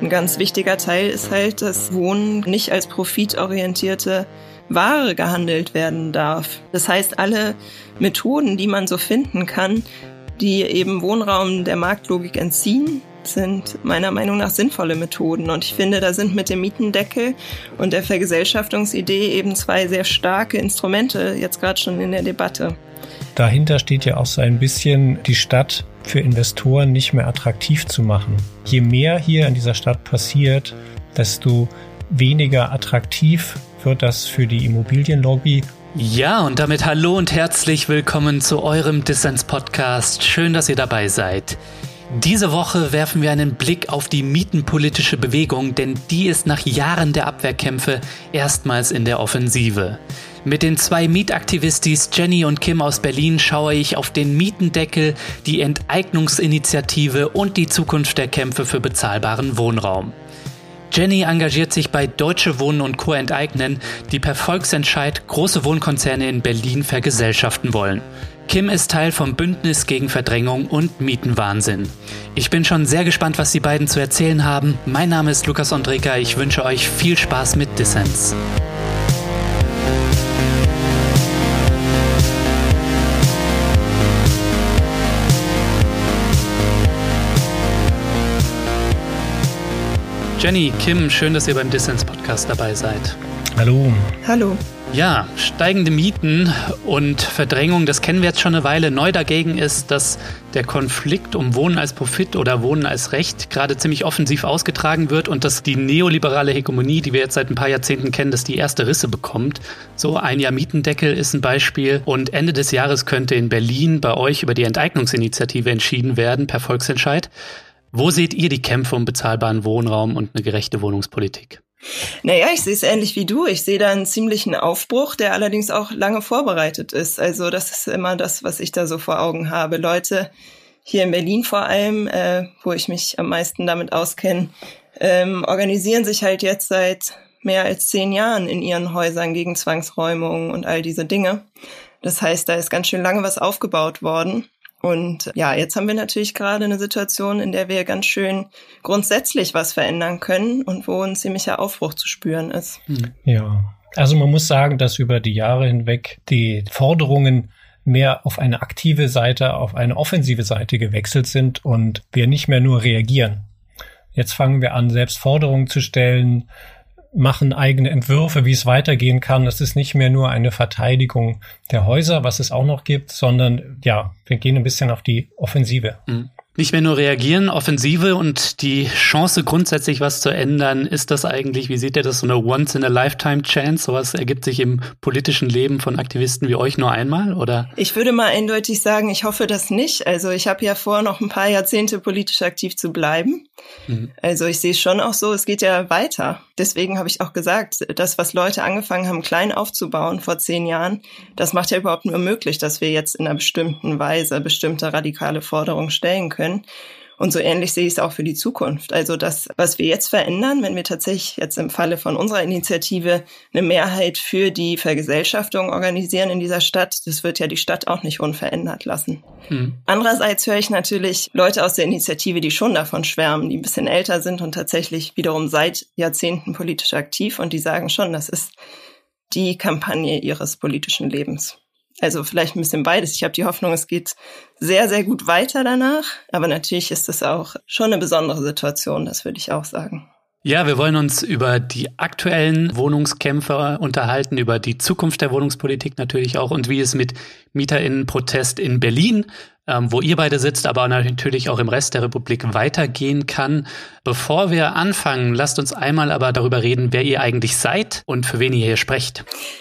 ein ganz wichtiger Teil ist halt, dass Wohnen nicht als profitorientierte Ware gehandelt werden darf. Das heißt, alle Methoden, die man so finden kann, die eben Wohnraum der Marktlogik entziehen, sind meiner Meinung nach sinnvolle Methoden. Und ich finde, da sind mit dem Mietendeckel und der Vergesellschaftungsidee eben zwei sehr starke Instrumente, jetzt gerade schon in der Debatte. Dahinter steht ja auch so ein bisschen, die Stadt für Investoren nicht mehr attraktiv zu machen. Je mehr hier in dieser Stadt passiert, desto weniger attraktiv wird das für die Immobilienlobby. Ja, und damit hallo und herzlich willkommen zu eurem Dissens-Podcast. Schön, dass ihr dabei seid. Diese Woche werfen wir einen Blick auf die mietenpolitische Bewegung, denn die ist nach Jahren der Abwehrkämpfe erstmals in der Offensive. Mit den zwei Mietaktivistis Jenny und Kim aus Berlin schaue ich auf den Mietendeckel, die Enteignungsinitiative und die Zukunft der Kämpfe für bezahlbaren Wohnraum. Jenny engagiert sich bei Deutsche Wohnen und Co. enteignen, die per Volksentscheid große Wohnkonzerne in Berlin vergesellschaften wollen. Kim ist Teil vom Bündnis gegen Verdrängung und Mietenwahnsinn. Ich bin schon sehr gespannt, was die beiden zu erzählen haben. Mein Name ist Lukas Ondreka, ich wünsche euch viel Spaß mit Dissens. Jenny, Kim, schön, dass ihr beim Dissens-Podcast dabei seid. Hallo. Hallo. Ja, steigende Mieten und Verdrängung, das kennen wir jetzt schon eine Weile. Neu dagegen ist, dass der Konflikt um Wohnen als Profit oder Wohnen als Recht gerade ziemlich offensiv ausgetragen wird und dass die neoliberale Hegemonie, die wir jetzt seit ein paar Jahrzehnten kennen, dass die erste Risse bekommt. So ein Jahr Mietendeckel ist ein Beispiel und Ende des Jahres könnte in Berlin bei euch über die Enteignungsinitiative entschieden werden per Volksentscheid. Wo seht ihr die Kämpfe um bezahlbaren Wohnraum und eine gerechte Wohnungspolitik? Naja, ich sehe es ähnlich wie du. Ich sehe da einen ziemlichen Aufbruch, der allerdings auch lange vorbereitet ist. Also das ist immer das, was ich da so vor Augen habe. Leute hier in Berlin vor allem, wo ich mich am meisten damit auskenne, organisieren sich halt jetzt seit mehr als 10 Jahren in ihren Häusern gegen Zwangsräumungen und all diese Dinge. Das heißt, da ist ganz schön lange was aufgebaut worden. Und ja, jetzt haben wir natürlich gerade eine Situation, in der wir ganz schön grundsätzlich was verändern können und wo ein ziemlicher Aufbruch zu spüren ist. Ja, also man muss sagen, dass über die Jahre hinweg die Forderungen mehr auf eine aktive Seite, auf eine offensive Seite gewechselt sind und wir nicht mehr nur reagieren. Jetzt fangen wir an, selbst Forderungen zu stellen, machen eigene Entwürfe, wie es weitergehen kann. Es ist nicht mehr nur eine Verteidigung der Häuser, was es auch noch gibt, sondern ja, wir gehen ein bisschen auf die Offensive. Nicht mehr nur reagieren, Offensive und die Chance grundsätzlich was zu ändern, ist das eigentlich, wie seht ihr das, so eine Once-in-a-Lifetime-Chance? Sowas ergibt sich im politischen Leben von Aktivisten wie euch nur einmal, oder? Ich würde mal eindeutig sagen, ich hoffe das nicht. Also ich habe ja vor, noch ein paar Jahrzehnte politisch aktiv zu bleiben. Also ich sehe es schon auch so, es geht ja weiter. Deswegen habe ich auch gesagt, das, was Leute angefangen haben, klein aufzubauen vor 10 Jahren, das macht ja überhaupt nur möglich, dass wir jetzt in einer bestimmten Weise bestimmte radikale Forderungen stellen können. Und so ähnlich sehe ich es auch für die Zukunft. Also das, was wir jetzt verändern, wenn wir tatsächlich jetzt im Falle von unserer Initiative eine Mehrheit für die Vergesellschaftung organisieren in dieser Stadt, das wird ja die Stadt auch nicht unverändert lassen. Andererseits höre ich natürlich Leute aus der Initiative, die schon davon schwärmen, die ein bisschen älter sind und tatsächlich wiederum seit Jahrzehnten politisch aktiv und die sagen schon, das ist die Kampagne ihres politischen Lebens. Also vielleicht ein bisschen beides. Ich habe die Hoffnung, es geht sehr, sehr gut weiter danach. Aber natürlich ist es auch schon eine besondere Situation, das würde ich auch sagen. Ja, wir wollen uns über die aktuellen Wohnungskämpfe unterhalten, über die Zukunft der Wohnungspolitik natürlich auch und wie es mit MieterInnenprotest in Berlin, wo ihr beide sitzt, aber natürlich auch im Rest der Republik weitergehen kann. Bevor wir anfangen, lasst uns einmal aber darüber reden, wer ihr eigentlich seid und für wen ihr hier sprecht.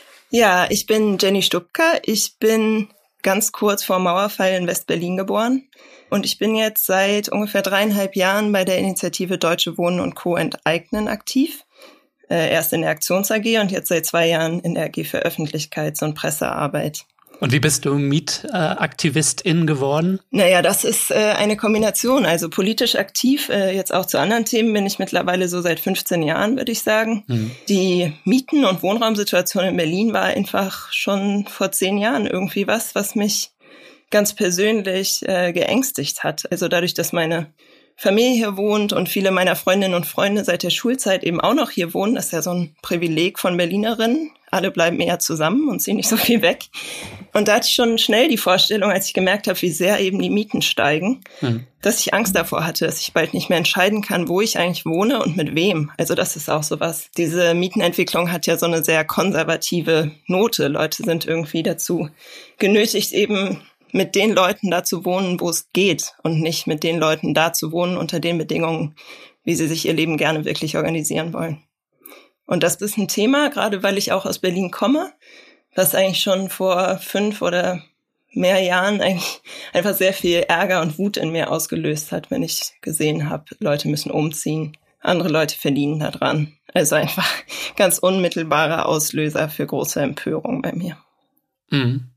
Ja, ich bin Jenny Stubka. Ich bin ganz kurz vor Mauerfall in West-Berlin geboren. Und ich bin jetzt seit ungefähr 3,5 Jahren bei der Initiative Deutsche Wohnen und Co. enteignen aktiv. Erst in der Aktions AG und jetzt seit 2 Jahren in der AG für Öffentlichkeits- und Pressearbeit. Und wie bist du Mietaktivistin geworden? Naja, das ist eine Kombination. Also politisch aktiv, jetzt auch zu anderen Themen bin ich mittlerweile so seit 15 Jahren, würde ich sagen. Die Mieten- und Wohnraumsituation in Berlin war einfach schon vor 10 Jahren irgendwie was mich ganz persönlich geängstigt hat. Also dadurch, dass meine Familie hier wohnt und viele meiner Freundinnen und Freunde seit der Schulzeit eben auch noch hier wohnen. Das ist ja so ein Privileg von Berlinerinnen. Alle bleiben eher zusammen und ziehen nicht so viel weg. Und da hatte ich schon schnell die Vorstellung, als ich gemerkt habe, wie sehr eben die Mieten steigen, dass ich Angst davor hatte, dass ich bald nicht mehr entscheiden kann, wo ich eigentlich wohne und mit wem. Also das ist auch sowas. Diese Mietenentwicklung hat ja so eine sehr konservative Note. Leute sind irgendwie dazu genötigt, eben mit den Leuten da zu wohnen, wo es geht und nicht mit den Leuten da zu wohnen unter den Bedingungen, wie sie sich ihr Leben gerne wirklich organisieren wollen. Und das ist ein Thema, gerade weil ich auch aus Berlin komme, was eigentlich schon vor 5 oder mehr Jahren eigentlich einfach sehr viel Ärger und Wut in mir ausgelöst hat, wenn ich gesehen habe, Leute müssen umziehen, andere Leute verdienen da dran. Also einfach ganz unmittelbarer Auslöser für große Empörung bei mir. Mhm.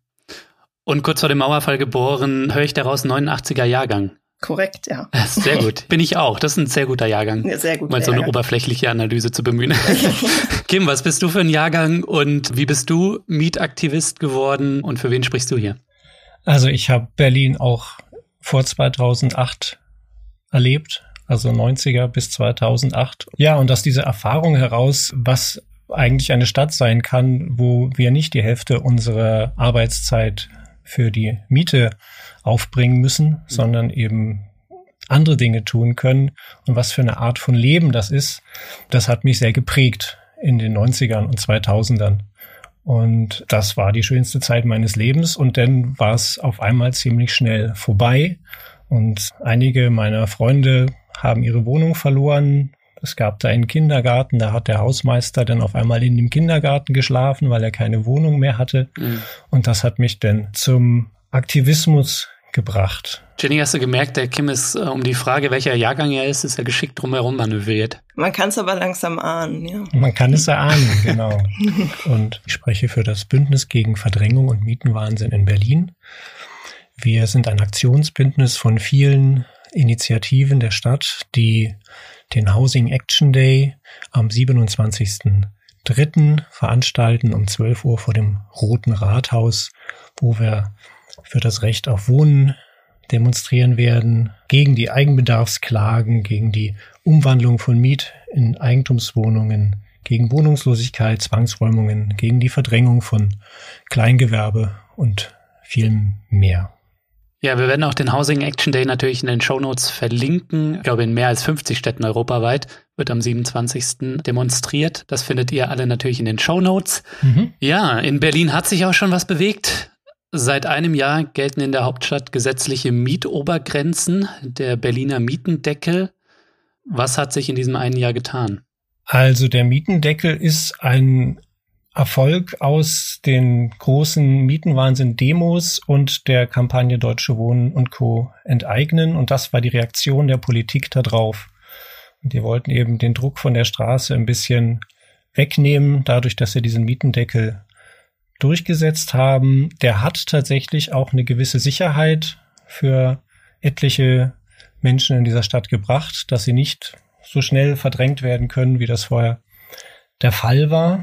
Und kurz vor dem Mauerfall geboren, höre ich daraus 89er Jahrgang. Korrekt, ja. Sehr gut. Bin ich auch. Das ist ein sehr guter Jahrgang. Ja, sehr gut. Mal so eine oberflächliche Analyse zu bemühen. Kim, was bist du für ein Jahrgang und wie bist du Mietaktivist geworden und für wen sprichst du hier? Also ich habe Berlin auch vor 2008 erlebt, also 90er bis 2008. Ja, und aus dieser Erfahrung heraus, was eigentlich eine Stadt sein kann, wo wir nicht die Hälfte unserer Arbeitszeit für die Miete aufbringen müssen, sondern eben andere Dinge tun können und was für eine Art von Leben das ist, das hat mich sehr geprägt in den 90ern und 2000ern. Und das war die schönste Zeit meines Lebens und dann war es auf einmal ziemlich schnell vorbei und einige meiner Freunde haben ihre Wohnung verloren. Es gab da einen Kindergarten, da hat der Hausmeister dann auf einmal in dem Kindergarten geschlafen, weil er keine Wohnung mehr hatte. Und das hat mich dann zum Aktivismus gebracht. Jenny, hast du gemerkt, der Kim ist um die Frage, welcher Jahrgang er ist er geschickt drumherum manövriert. Man kann es aber langsam ahnen, ja. Man kann es erahnen, genau. Und ich spreche für das Bündnis gegen Verdrängung und Mietenwahnsinn in Berlin. Wir sind ein Aktionsbündnis von vielen Initiativen der Stadt, die den Housing Action Day am 27.03. veranstalten um 12 Uhr vor dem Roten Rathaus, wo wir für das Recht auf Wohnen demonstrieren werden, gegen die Eigenbedarfsklagen, gegen die Umwandlung von Miet in Eigentumswohnungen, gegen Wohnungslosigkeit, Zwangsräumungen, gegen die Verdrängung von Kleingewerbe und viel mehr. Ja, wir werden auch den Housing Action Day natürlich in den Shownotes verlinken. Ich glaube, in mehr als 50 Städten europaweit wird am 27. demonstriert. Das findet ihr alle natürlich in den Shownotes. Ja, in Berlin hat sich auch schon was bewegt. Seit einem Jahr gelten in der Hauptstadt gesetzliche Mietobergrenzen, der Berliner Mietendeckel. Was hat sich in diesem einen Jahr getan? Also der Mietendeckel ist ein Erfolg aus den großen Mietenwahnsinn-Demos und der Kampagne Deutsche Wohnen und Co. enteignen. Und das war die Reaktion der Politik darauf. Und die wollten eben den Druck von der Straße ein bisschen wegnehmen, dadurch, dass sie diesen Mietendeckel durchgesetzt haben. Der hat tatsächlich auch eine gewisse Sicherheit für etliche Menschen in dieser Stadt gebracht, dass sie nicht so schnell verdrängt werden können, wie das vorher der Fall war.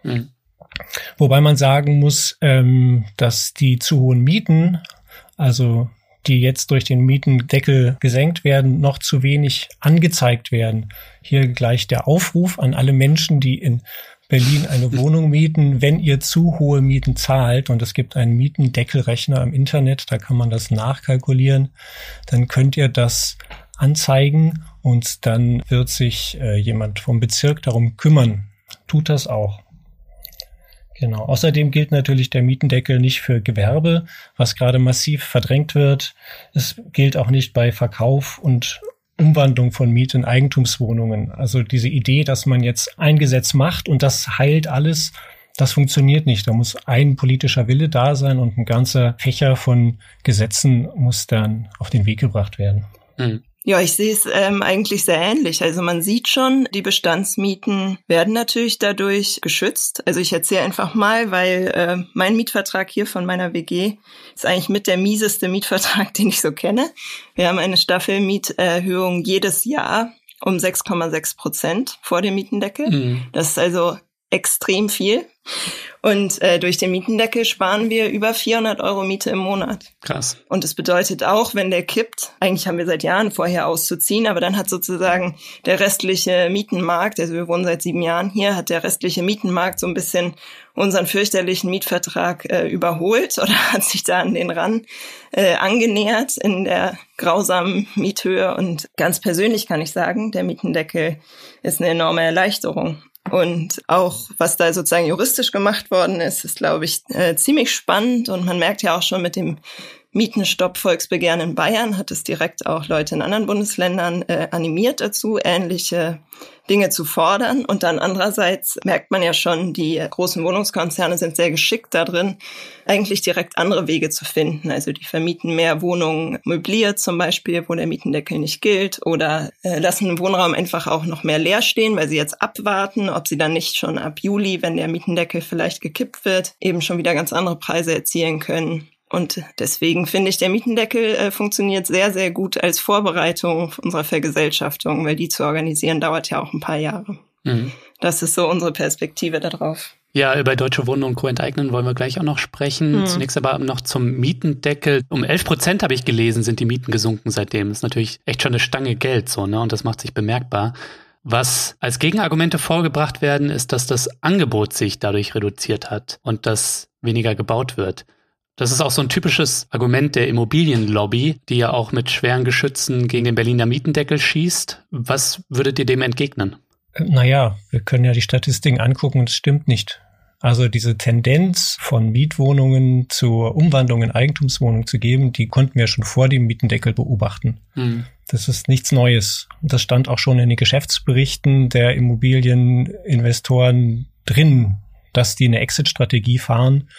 Wobei man sagen muss, dass die zu hohen Mieten, also die jetzt durch den Mietendeckel gesenkt werden, noch zu wenig angezeigt werden. Hier gleich der Aufruf an alle Menschen, die in Berlin eine Wohnung mieten, wenn ihr zu hohe Mieten zahlt, und es gibt einen Mietendeckelrechner im Internet, da kann man das nachkalkulieren, dann könnt ihr das anzeigen und dann wird sich jemand vom Bezirk darum kümmern. Tut das auch. Genau. Außerdem gilt natürlich der Mietendeckel nicht für Gewerbe, was gerade massiv verdrängt wird. Es gilt auch nicht bei Verkauf und Umwandlung von Miet in Eigentumswohnungen. Also diese Idee, dass man jetzt ein Gesetz macht und das heilt alles, das funktioniert nicht. Da muss ein politischer Wille da sein und ein ganzer Fächer von Gesetzen muss dann auf den Weg gebracht werden. Ja, ich sehe es eigentlich sehr ähnlich. Also man sieht schon, die Bestandsmieten werden natürlich dadurch geschützt. Also ich erzähle einfach mal, weil mein Mietvertrag hier von meiner WG ist eigentlich mit der mieseste Mietvertrag, den ich so kenne. Wir haben eine Staffelmieterhöhung jedes Jahr um 6,6% vor dem Mietendeckel. Das ist also extrem viel. Und durch den Mietendeckel sparen wir über 400 € Miete im Monat. Krass. Und es bedeutet auch, wenn der kippt, eigentlich haben wir seit Jahren vorher auszuziehen, aber dann hat sozusagen der restliche Mietenmarkt, also wir wohnen seit 7 Jahren hier, hat der restliche Mietenmarkt so ein bisschen unseren fürchterlichen Mietvertrag überholt oder hat sich da an den Rand angenähert in der grausamen Miethöhe. Und ganz persönlich kann ich sagen, der Mietendeckel ist eine enorme Erleichterung. Und auch, was da sozusagen juristisch gemacht worden ist, ist, glaube ich, ziemlich spannend. Und man merkt ja auch schon mit dem Mietenstopp-Volksbegehren in Bayern, hat es direkt auch Leute in anderen Bundesländern animiert dazu, ähnliche Dinge zu fordern. Und dann andererseits merkt man ja schon, die großen Wohnungskonzerne sind sehr geschickt darin, eigentlich direkt andere Wege zu finden. Also die vermieten mehr Wohnungen möbliert zum Beispiel, wo der Mietendeckel nicht gilt, oder lassen den Wohnraum einfach auch noch mehr leer stehen, weil sie jetzt abwarten, ob sie dann nicht schon ab Juli, wenn der Mietendeckel vielleicht gekippt wird, eben schon wieder ganz andere Preise erzielen können. Und deswegen finde ich, der Mietendeckel funktioniert sehr, sehr gut als Vorbereitung unserer Vergesellschaftung, weil die zu organisieren dauert ja auch ein paar Jahre. Mhm. Das ist so unsere Perspektive darauf. Ja, über Deutsche Wohnen und Co. enteignen wollen wir gleich auch noch sprechen. Zunächst aber noch zum Mietendeckel. Um 11% habe ich gelesen, sind die Mieten gesunken seitdem. Das ist natürlich echt schon eine Stange Geld, so, ne? Und das macht sich bemerkbar. Was als Gegenargumente vorgebracht werden, ist, dass das Angebot sich dadurch reduziert hat und dass weniger gebaut wird. Das ist auch so ein typisches Argument der Immobilienlobby, die ja auch mit schweren Geschützen gegen den Berliner Mietendeckel schießt. Was würdet ihr dem entgegnen? Naja, wir können ja die Statistiken angucken und es stimmt nicht. Also diese Tendenz von Mietwohnungen zur Umwandlung in Eigentumswohnungen zu geben, die konnten wir schon vor dem Mietendeckel beobachten. Das ist nichts Neues. Das stand auch schon in den Geschäftsberichten der Immobilieninvestoren drin, dass die eine Exit-Strategie fahren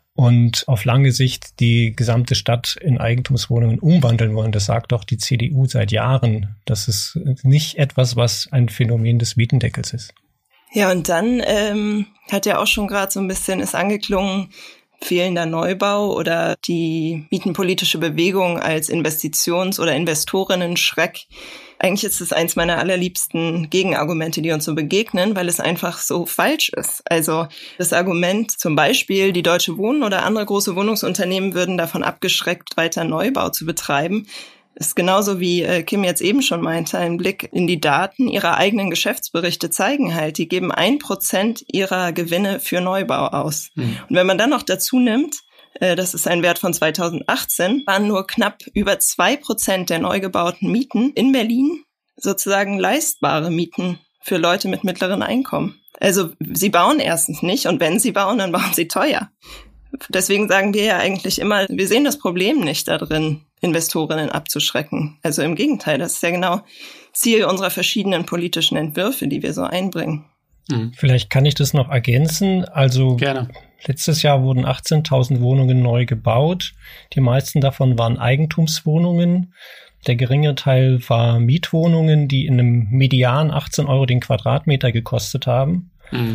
und auf lange Sicht die gesamte Stadt in Eigentumswohnungen umwandeln wollen. Das sagt doch die CDU seit Jahren. Das ist nicht etwas, was ein Phänomen des Mietendeckels ist. Ja, und dann hat ja auch schon gerade so ein bisschen ist angeklungen, fehlender Neubau oder die mietenpolitische Bewegung als Investitions- oder Investorinnen-Schreck. Eigentlich ist es eins meiner allerliebsten Gegenargumente, die uns so begegnen, weil es einfach so falsch ist. Also das Argument zum Beispiel, die Deutsche Wohnen oder andere große Wohnungsunternehmen würden davon abgeschreckt, weiter Neubau zu betreiben, ist genauso wie Kim jetzt eben schon meinte, ein Blick in die Daten ihrer eigenen Geschäftsberichte zeigen halt, die geben 1% ihrer Gewinne für Neubau aus. Und wenn man dann noch dazu nimmt, das ist ein Wert von 2018, waren nur knapp über 2% der neu gebauten Mieten in Berlin sozusagen leistbare Mieten für Leute mit mittleren Einkommen. Also sie bauen erstens nicht und wenn sie bauen, dann bauen sie teuer. Deswegen sagen wir ja eigentlich immer, wir sehen das Problem nicht darin, Investorinnen abzuschrecken. Also im Gegenteil, das ist ja genau Ziel unserer verschiedenen politischen Entwürfe, die wir so einbringen. Vielleicht kann ich das noch ergänzen. Also gerne. Letztes Jahr wurden 18.000 Wohnungen neu gebaut. Die meisten davon waren Eigentumswohnungen. Der geringere Teil war Mietwohnungen, die in einem Median 18 € den Quadratmeter gekostet haben.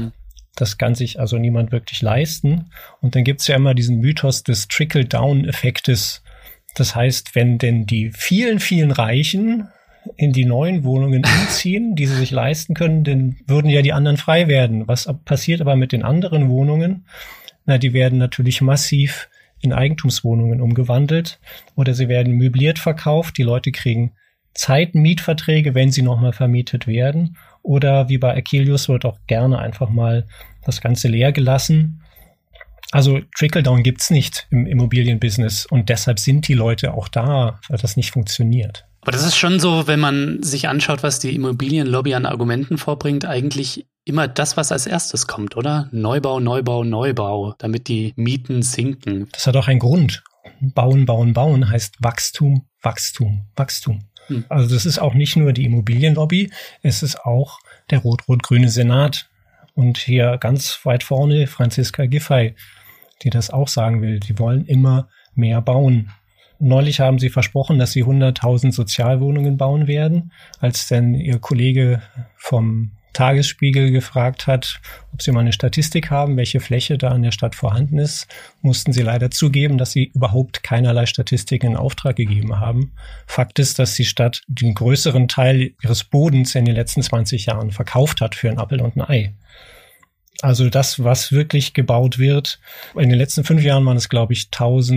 Das kann sich also niemand wirklich leisten. Und dann gibt's ja immer diesen Mythos des Trickle-Down-Effektes. Das heißt, wenn denn die vielen, vielen Reichen in die neuen Wohnungen umziehen, die sie sich leisten können, dann würden ja die anderen frei werden. Was passiert aber mit den anderen Wohnungen? Na, die werden natürlich massiv in Eigentumswohnungen umgewandelt oder sie werden möbliert verkauft. Die Leute kriegen Zeitmietverträge, wenn sie nochmal vermietet werden. Oder wie bei Akelius wird auch gerne einfach mal das Ganze leer gelassen. Also Trickle-Down gibt's nicht im Immobilienbusiness und deshalb sind die Leute auch da, weil das nicht funktioniert. Aber das ist schon so, wenn man sich anschaut, was die Immobilienlobby an Argumenten vorbringt, eigentlich immer das, was als erstes kommt, oder? Neubau, Neubau, Neubau, damit die Mieten sinken. Das hat auch einen Grund. Bauen, bauen, bauen heißt Wachstum, Wachstum, Wachstum. Also das ist auch nicht nur die Immobilienlobby, es ist auch der rot-rot-grüne Senat. Und hier ganz weit vorne Franziska Giffey, die das auch sagen will. Die wollen immer mehr bauen. Neulich haben sie versprochen, dass sie 100.000 Sozialwohnungen bauen werden. Als dann ihr Kollege vom Tagesspiegel gefragt hat, ob sie mal eine Statistik haben, welche Fläche da in der Stadt vorhanden ist, mussten sie leider zugeben, dass sie überhaupt keinerlei Statistiken in Auftrag gegeben haben. Fakt ist, dass die Stadt den größeren Teil ihres Bodens in den letzten 20 Jahren verkauft hat für ein Appel und ein Ei. Also das, was wirklich gebaut wird. In den letzten 5 Jahren waren es, glaube ich,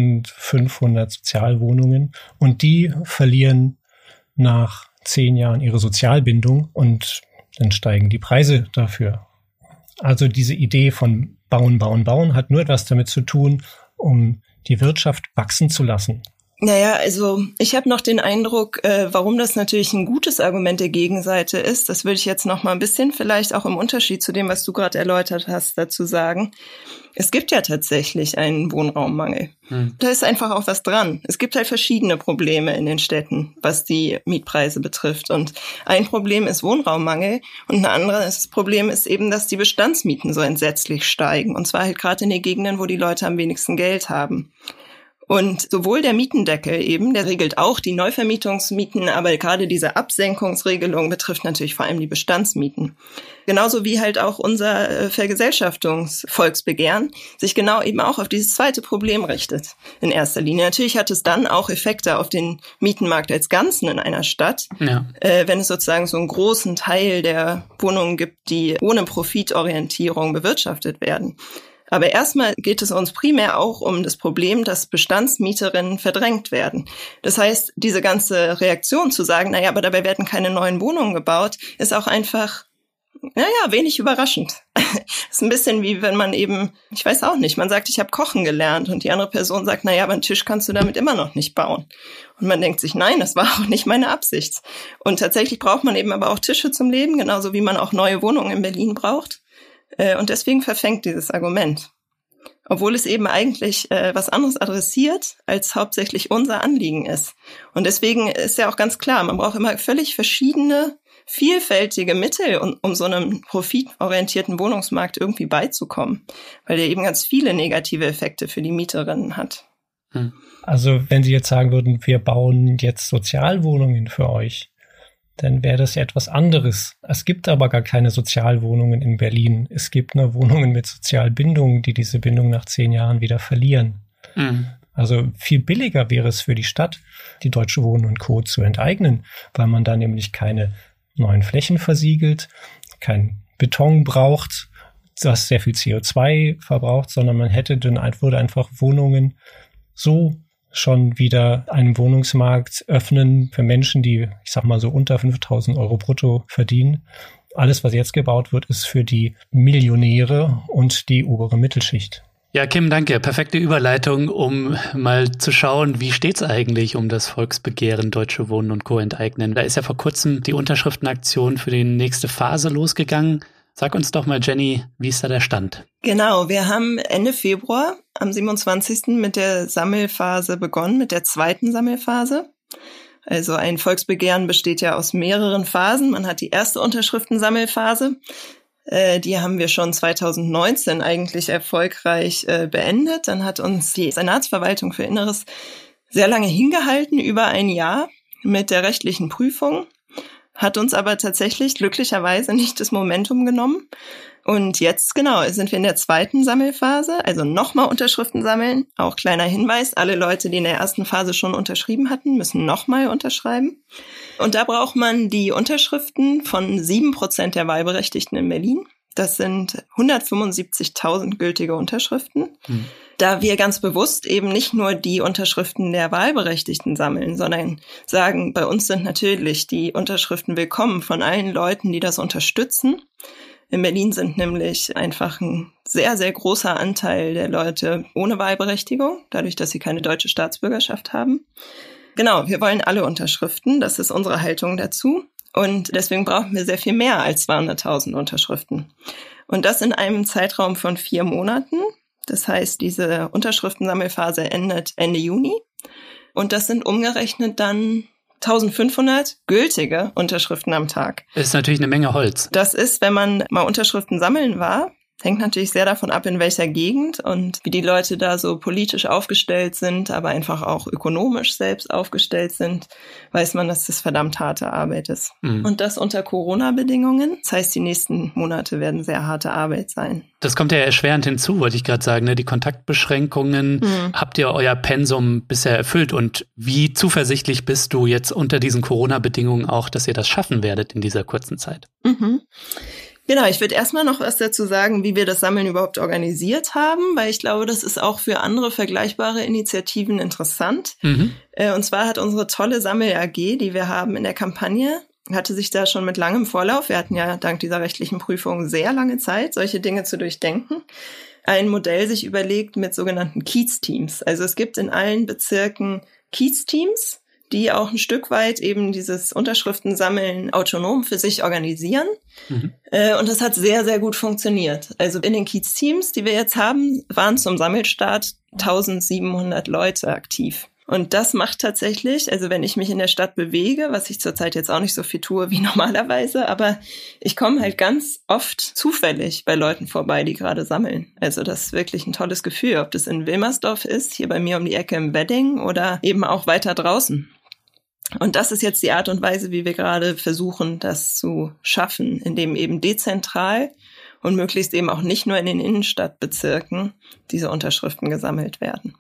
1500 Sozialwohnungen. Und die verlieren nach 10 Jahren ihre Sozialbindung und dann steigen die Preise dafür. Also diese Idee von Bauen, Bauen, Bauen hat nur etwas damit zu tun, um die Wirtschaft wachsen zu lassen. Naja, also ich habe noch den Eindruck, warum das natürlich ein gutes Argument der Gegenseite ist, das würde ich jetzt noch mal ein bisschen vielleicht auch im Unterschied zu dem, was du gerade erläutert hast, dazu sagen. Es gibt ja tatsächlich einen Wohnraummangel. Da ist einfach auch was dran. Es gibt halt verschiedene Probleme in den Städten, was die Mietpreise betrifft. Und ein Problem ist Wohnraummangel und ein anderes Problem ist eben, dass die Bestandsmieten so entsetzlich steigen. Und zwar halt gerade in den Gegenden, wo die Leute am wenigsten Geld haben. Und sowohl der Mietendeckel eben, der regelt auch die Neuvermietungsmieten, aber gerade diese Absenkungsregelung betrifft natürlich vor allem die Bestandsmieten. Genauso wie halt auch unser Vergesellschaftungsvolksbegehren sich genau eben auch auf dieses zweite Problem richtet in erster Linie. Natürlich hat es dann auch Effekte auf den Mietenmarkt als Ganzen in einer Stadt, wenn es sozusagen so einen großen Teil der Wohnungen gibt, die ohne Profitorientierung bewirtschaftet werden. Aber erstmal geht es uns primär auch um das Problem, dass Bestandsmieterinnen verdrängt werden. Das heißt, diese ganze Reaktion zu sagen, naja, aber dabei werden keine neuen Wohnungen gebaut, ist auch einfach, wenig überraschend. Ist ein bisschen wie wenn man eben, ich weiß auch nicht, man sagt, ich habe Kochen gelernt und die andere Person sagt, naja, aber einen Tisch kannst du damit immer noch nicht bauen. Und man denkt sich, nein, das war auch nicht meine Absicht. Und tatsächlich braucht man eben aber auch Tische zum Leben, genauso wie man auch neue Wohnungen in Berlin braucht. Und deswegen verfängt dieses Argument. Obwohl es eben eigentlich was anderes adressiert, als hauptsächlich unser Anliegen ist. Und deswegen ist ja auch ganz klar, man braucht immer völlig verschiedene, vielfältige Mittel, um so einem profitorientierten Wohnungsmarkt irgendwie beizukommen. Weil der eben ganz viele negative Effekte für die Mieterinnen hat. Also wenn Sie jetzt sagen würden, wir bauen jetzt Sozialwohnungen für euch, dann wäre das ja etwas anderes. Es gibt aber gar keine Sozialwohnungen in Berlin. Es gibt nur Wohnungen mit Sozialbindung, die diese Bindung nach 10 Jahren wieder verlieren. Also viel billiger wäre es für die Stadt, die Deutsche Wohnen und Co. zu enteignen, weil man da nämlich keine neuen Flächen versiegelt, kein Beton braucht, das sehr viel CO2 verbraucht, sondern man würde einfach Wohnungen so schon wieder einen Wohnungsmarkt öffnen für Menschen, die, ich sag mal so, unter 5.000 Euro brutto verdienen. Alles, was jetzt gebaut wird, ist für die Millionäre und die obere Mittelschicht. Ja, Kim, danke. Perfekte Überleitung, um mal zu schauen, wie steht's eigentlich um das Volksbegehren Deutsche Wohnen und Co. enteignen. Da ist ja vor kurzem die Unterschriftenaktion für die nächste Phase losgegangen. Sag uns doch mal, Jenny, wie ist da der Stand? Genau, wir haben Ende Februar am 27. mit der Sammelphase begonnen, mit der zweiten Sammelphase. Also ein Volksbegehren besteht ja aus mehreren Phasen. Man hat die erste Unterschriftensammelphase. Die haben wir schon 2019 eigentlich erfolgreich beendet. Dann hat uns die Senatsverwaltung für Inneres sehr lange hingehalten, über ein Jahr mit der rechtlichen Prüfung. Hat uns aber tatsächlich glücklicherweise nicht das Momentum genommen. Und jetzt, sind wir in der zweiten Sammelphase, also nochmal Unterschriften sammeln. Auch kleiner Hinweis, alle Leute, die in der ersten Phase schon unterschrieben hatten, müssen nochmal unterschreiben. Und da braucht man die Unterschriften von 7% der Wahlberechtigten in Berlin. Das sind 175.000 gültige Unterschriften. Da wir ganz bewusst eben nicht nur die Unterschriften der Wahlberechtigten sammeln, sondern sagen, bei uns sind natürlich die Unterschriften willkommen von allen Leuten, die das unterstützen. In Berlin sind nämlich einfach ein sehr, sehr großer Anteil der Leute ohne Wahlberechtigung, dadurch, dass sie keine deutsche Staatsbürgerschaft haben. Genau, wir wollen alle Unterschriften, das ist unsere Haltung dazu. Und deswegen brauchen wir sehr viel mehr als 200.000 Unterschriften. Und das in einem Zeitraum von 4 Monaten. Das heißt, diese Unterschriftensammelphase endet Ende Juni. Und das sind umgerechnet dann 1.500 gültige Unterschriften am Tag. Das ist natürlich eine Menge Holz. Das ist, wenn man mal Unterschriften sammeln war, hängt natürlich sehr davon ab, in welcher Gegend und wie die Leute da so politisch aufgestellt sind, aber einfach auch ökonomisch selbst aufgestellt sind, weiß man, dass das verdammt harte Arbeit ist. Und das unter Corona-Bedingungen. Das heißt, die nächsten Monate werden sehr harte Arbeit sein. Das kommt ja erschwerend hinzu, wollte ich gerade sagen, ne? Die Kontaktbeschränkungen. Habt ihr euer Pensum bisher erfüllt? Und wie zuversichtlich bist du jetzt unter diesen Corona-Bedingungen auch, dass ihr das schaffen werdet in dieser kurzen Zeit? Genau, ich würde erstmal noch was dazu sagen, wie wir das Sammeln überhaupt organisiert haben, weil ich glaube, das ist auch für andere vergleichbare Initiativen interessant. Und zwar hat unsere tolle Sammel-AG, die wir haben in der Kampagne, hatte sich da schon mit langem Vorlauf, wir hatten ja dank dieser rechtlichen Prüfung sehr lange Zeit, solche Dinge zu durchdenken, ein Modell sich überlegt mit sogenannten Kiez-Teams. Also es gibt in allen Bezirken Kiez-Teams, die auch ein Stück weit eben dieses Unterschriftensammeln autonom für sich organisieren. Und das hat sehr, sehr gut funktioniert. Also in den Kiez-Teams, die wir jetzt haben, waren zum Sammelstart 1700 Leute aktiv. Und das macht tatsächlich, also wenn ich mich in der Stadt bewege, was ich zurzeit jetzt auch nicht so viel tue wie normalerweise, aber ich komme halt ganz oft zufällig bei Leuten vorbei, die gerade sammeln. Also das ist wirklich ein tolles Gefühl, ob das in Wilmersdorf ist, hier bei mir um die Ecke im Wedding oder eben auch weiter draußen. Und das ist jetzt die Art und Weise, wie wir gerade versuchen, das zu schaffen, indem eben dezentral und möglichst eben auch nicht nur in den Innenstadtbezirken diese Unterschriften gesammelt werden.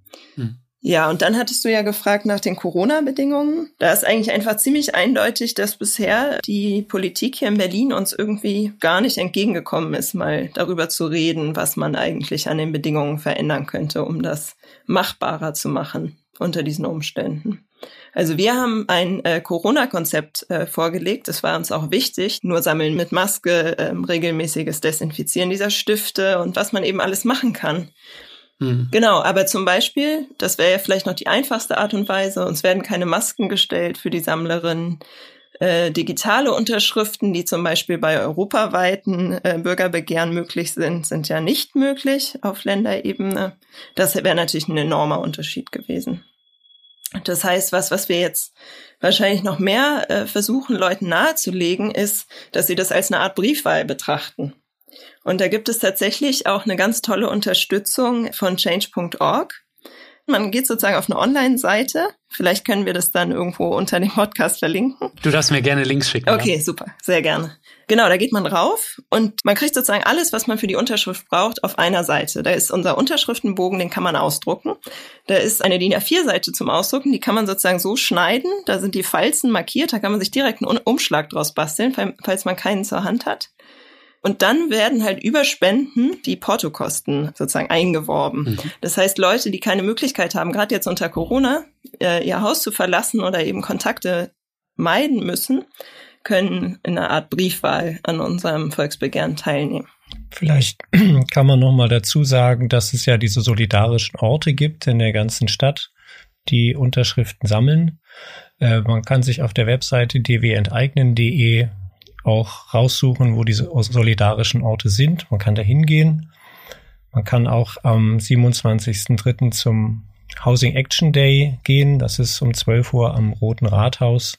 Ja, und dann hattest du ja gefragt nach den Corona-Bedingungen. Da ist eigentlich einfach ziemlich eindeutig, dass bisher die Politik hier in Berlin uns irgendwie gar nicht entgegengekommen ist, mal darüber zu reden, was man eigentlich an den Bedingungen verändern könnte, um das machbarer zu machen unter diesen Umständen. Also wir haben ein Corona-Konzept vorgelegt. Das war uns auch wichtig. Nur Sammeln mit Maske, regelmäßiges Desinfizieren dieser Stifte und was man eben alles machen kann. Genau, aber zum Beispiel, das wäre ja vielleicht noch die einfachste Art und Weise, uns werden keine Masken gestellt für die Sammlerinnen. Digitale Unterschriften, die zum Beispiel bei europaweiten Bürgerbegehren möglich sind, sind ja nicht möglich auf Länderebene. Das wäre natürlich ein enormer Unterschied gewesen. Das heißt, was wir jetzt wahrscheinlich noch mehr versuchen, Leuten nahezulegen, ist, dass sie das als eine Art Briefwahl betrachten. Und da gibt es tatsächlich auch eine ganz tolle Unterstützung von change.org. Man geht sozusagen auf eine Online-Seite. Vielleicht können wir das dann irgendwo unter dem Podcast verlinken. Du darfst mir gerne Links schicken. Okay, super, sehr gerne. Genau, da geht man rauf und man kriegt sozusagen alles, was man für die Unterschrift braucht, auf einer Seite. Da ist unser Unterschriftenbogen, den kann man ausdrucken. Da ist eine DIN A4-Seite zum Ausdrucken, die kann man sozusagen so schneiden. Da sind die Falzen markiert, da kann man sich direkt einen Umschlag draus basteln, falls man keinen zur Hand hat. Und dann werden halt über Spenden die Portokosten sozusagen eingeworben. Das heißt, Leute, die keine Möglichkeit haben, gerade jetzt unter Corona, ihr Haus zu verlassen oder eben Kontakte meiden müssen, können in einer Art Briefwahl an unserem Volksbegehren teilnehmen. Vielleicht kann man noch mal dazu sagen, dass es ja diese solidarischen Orte gibt in der ganzen Stadt, die Unterschriften sammeln. Man kann sich auf der Webseite dwenteignen.de auch raussuchen, wo diese solidarischen Orte sind. Man kann da hingehen. Man kann auch am 27.03. zum Housing Action Day gehen. Das ist um 12 Uhr am Roten Rathaus.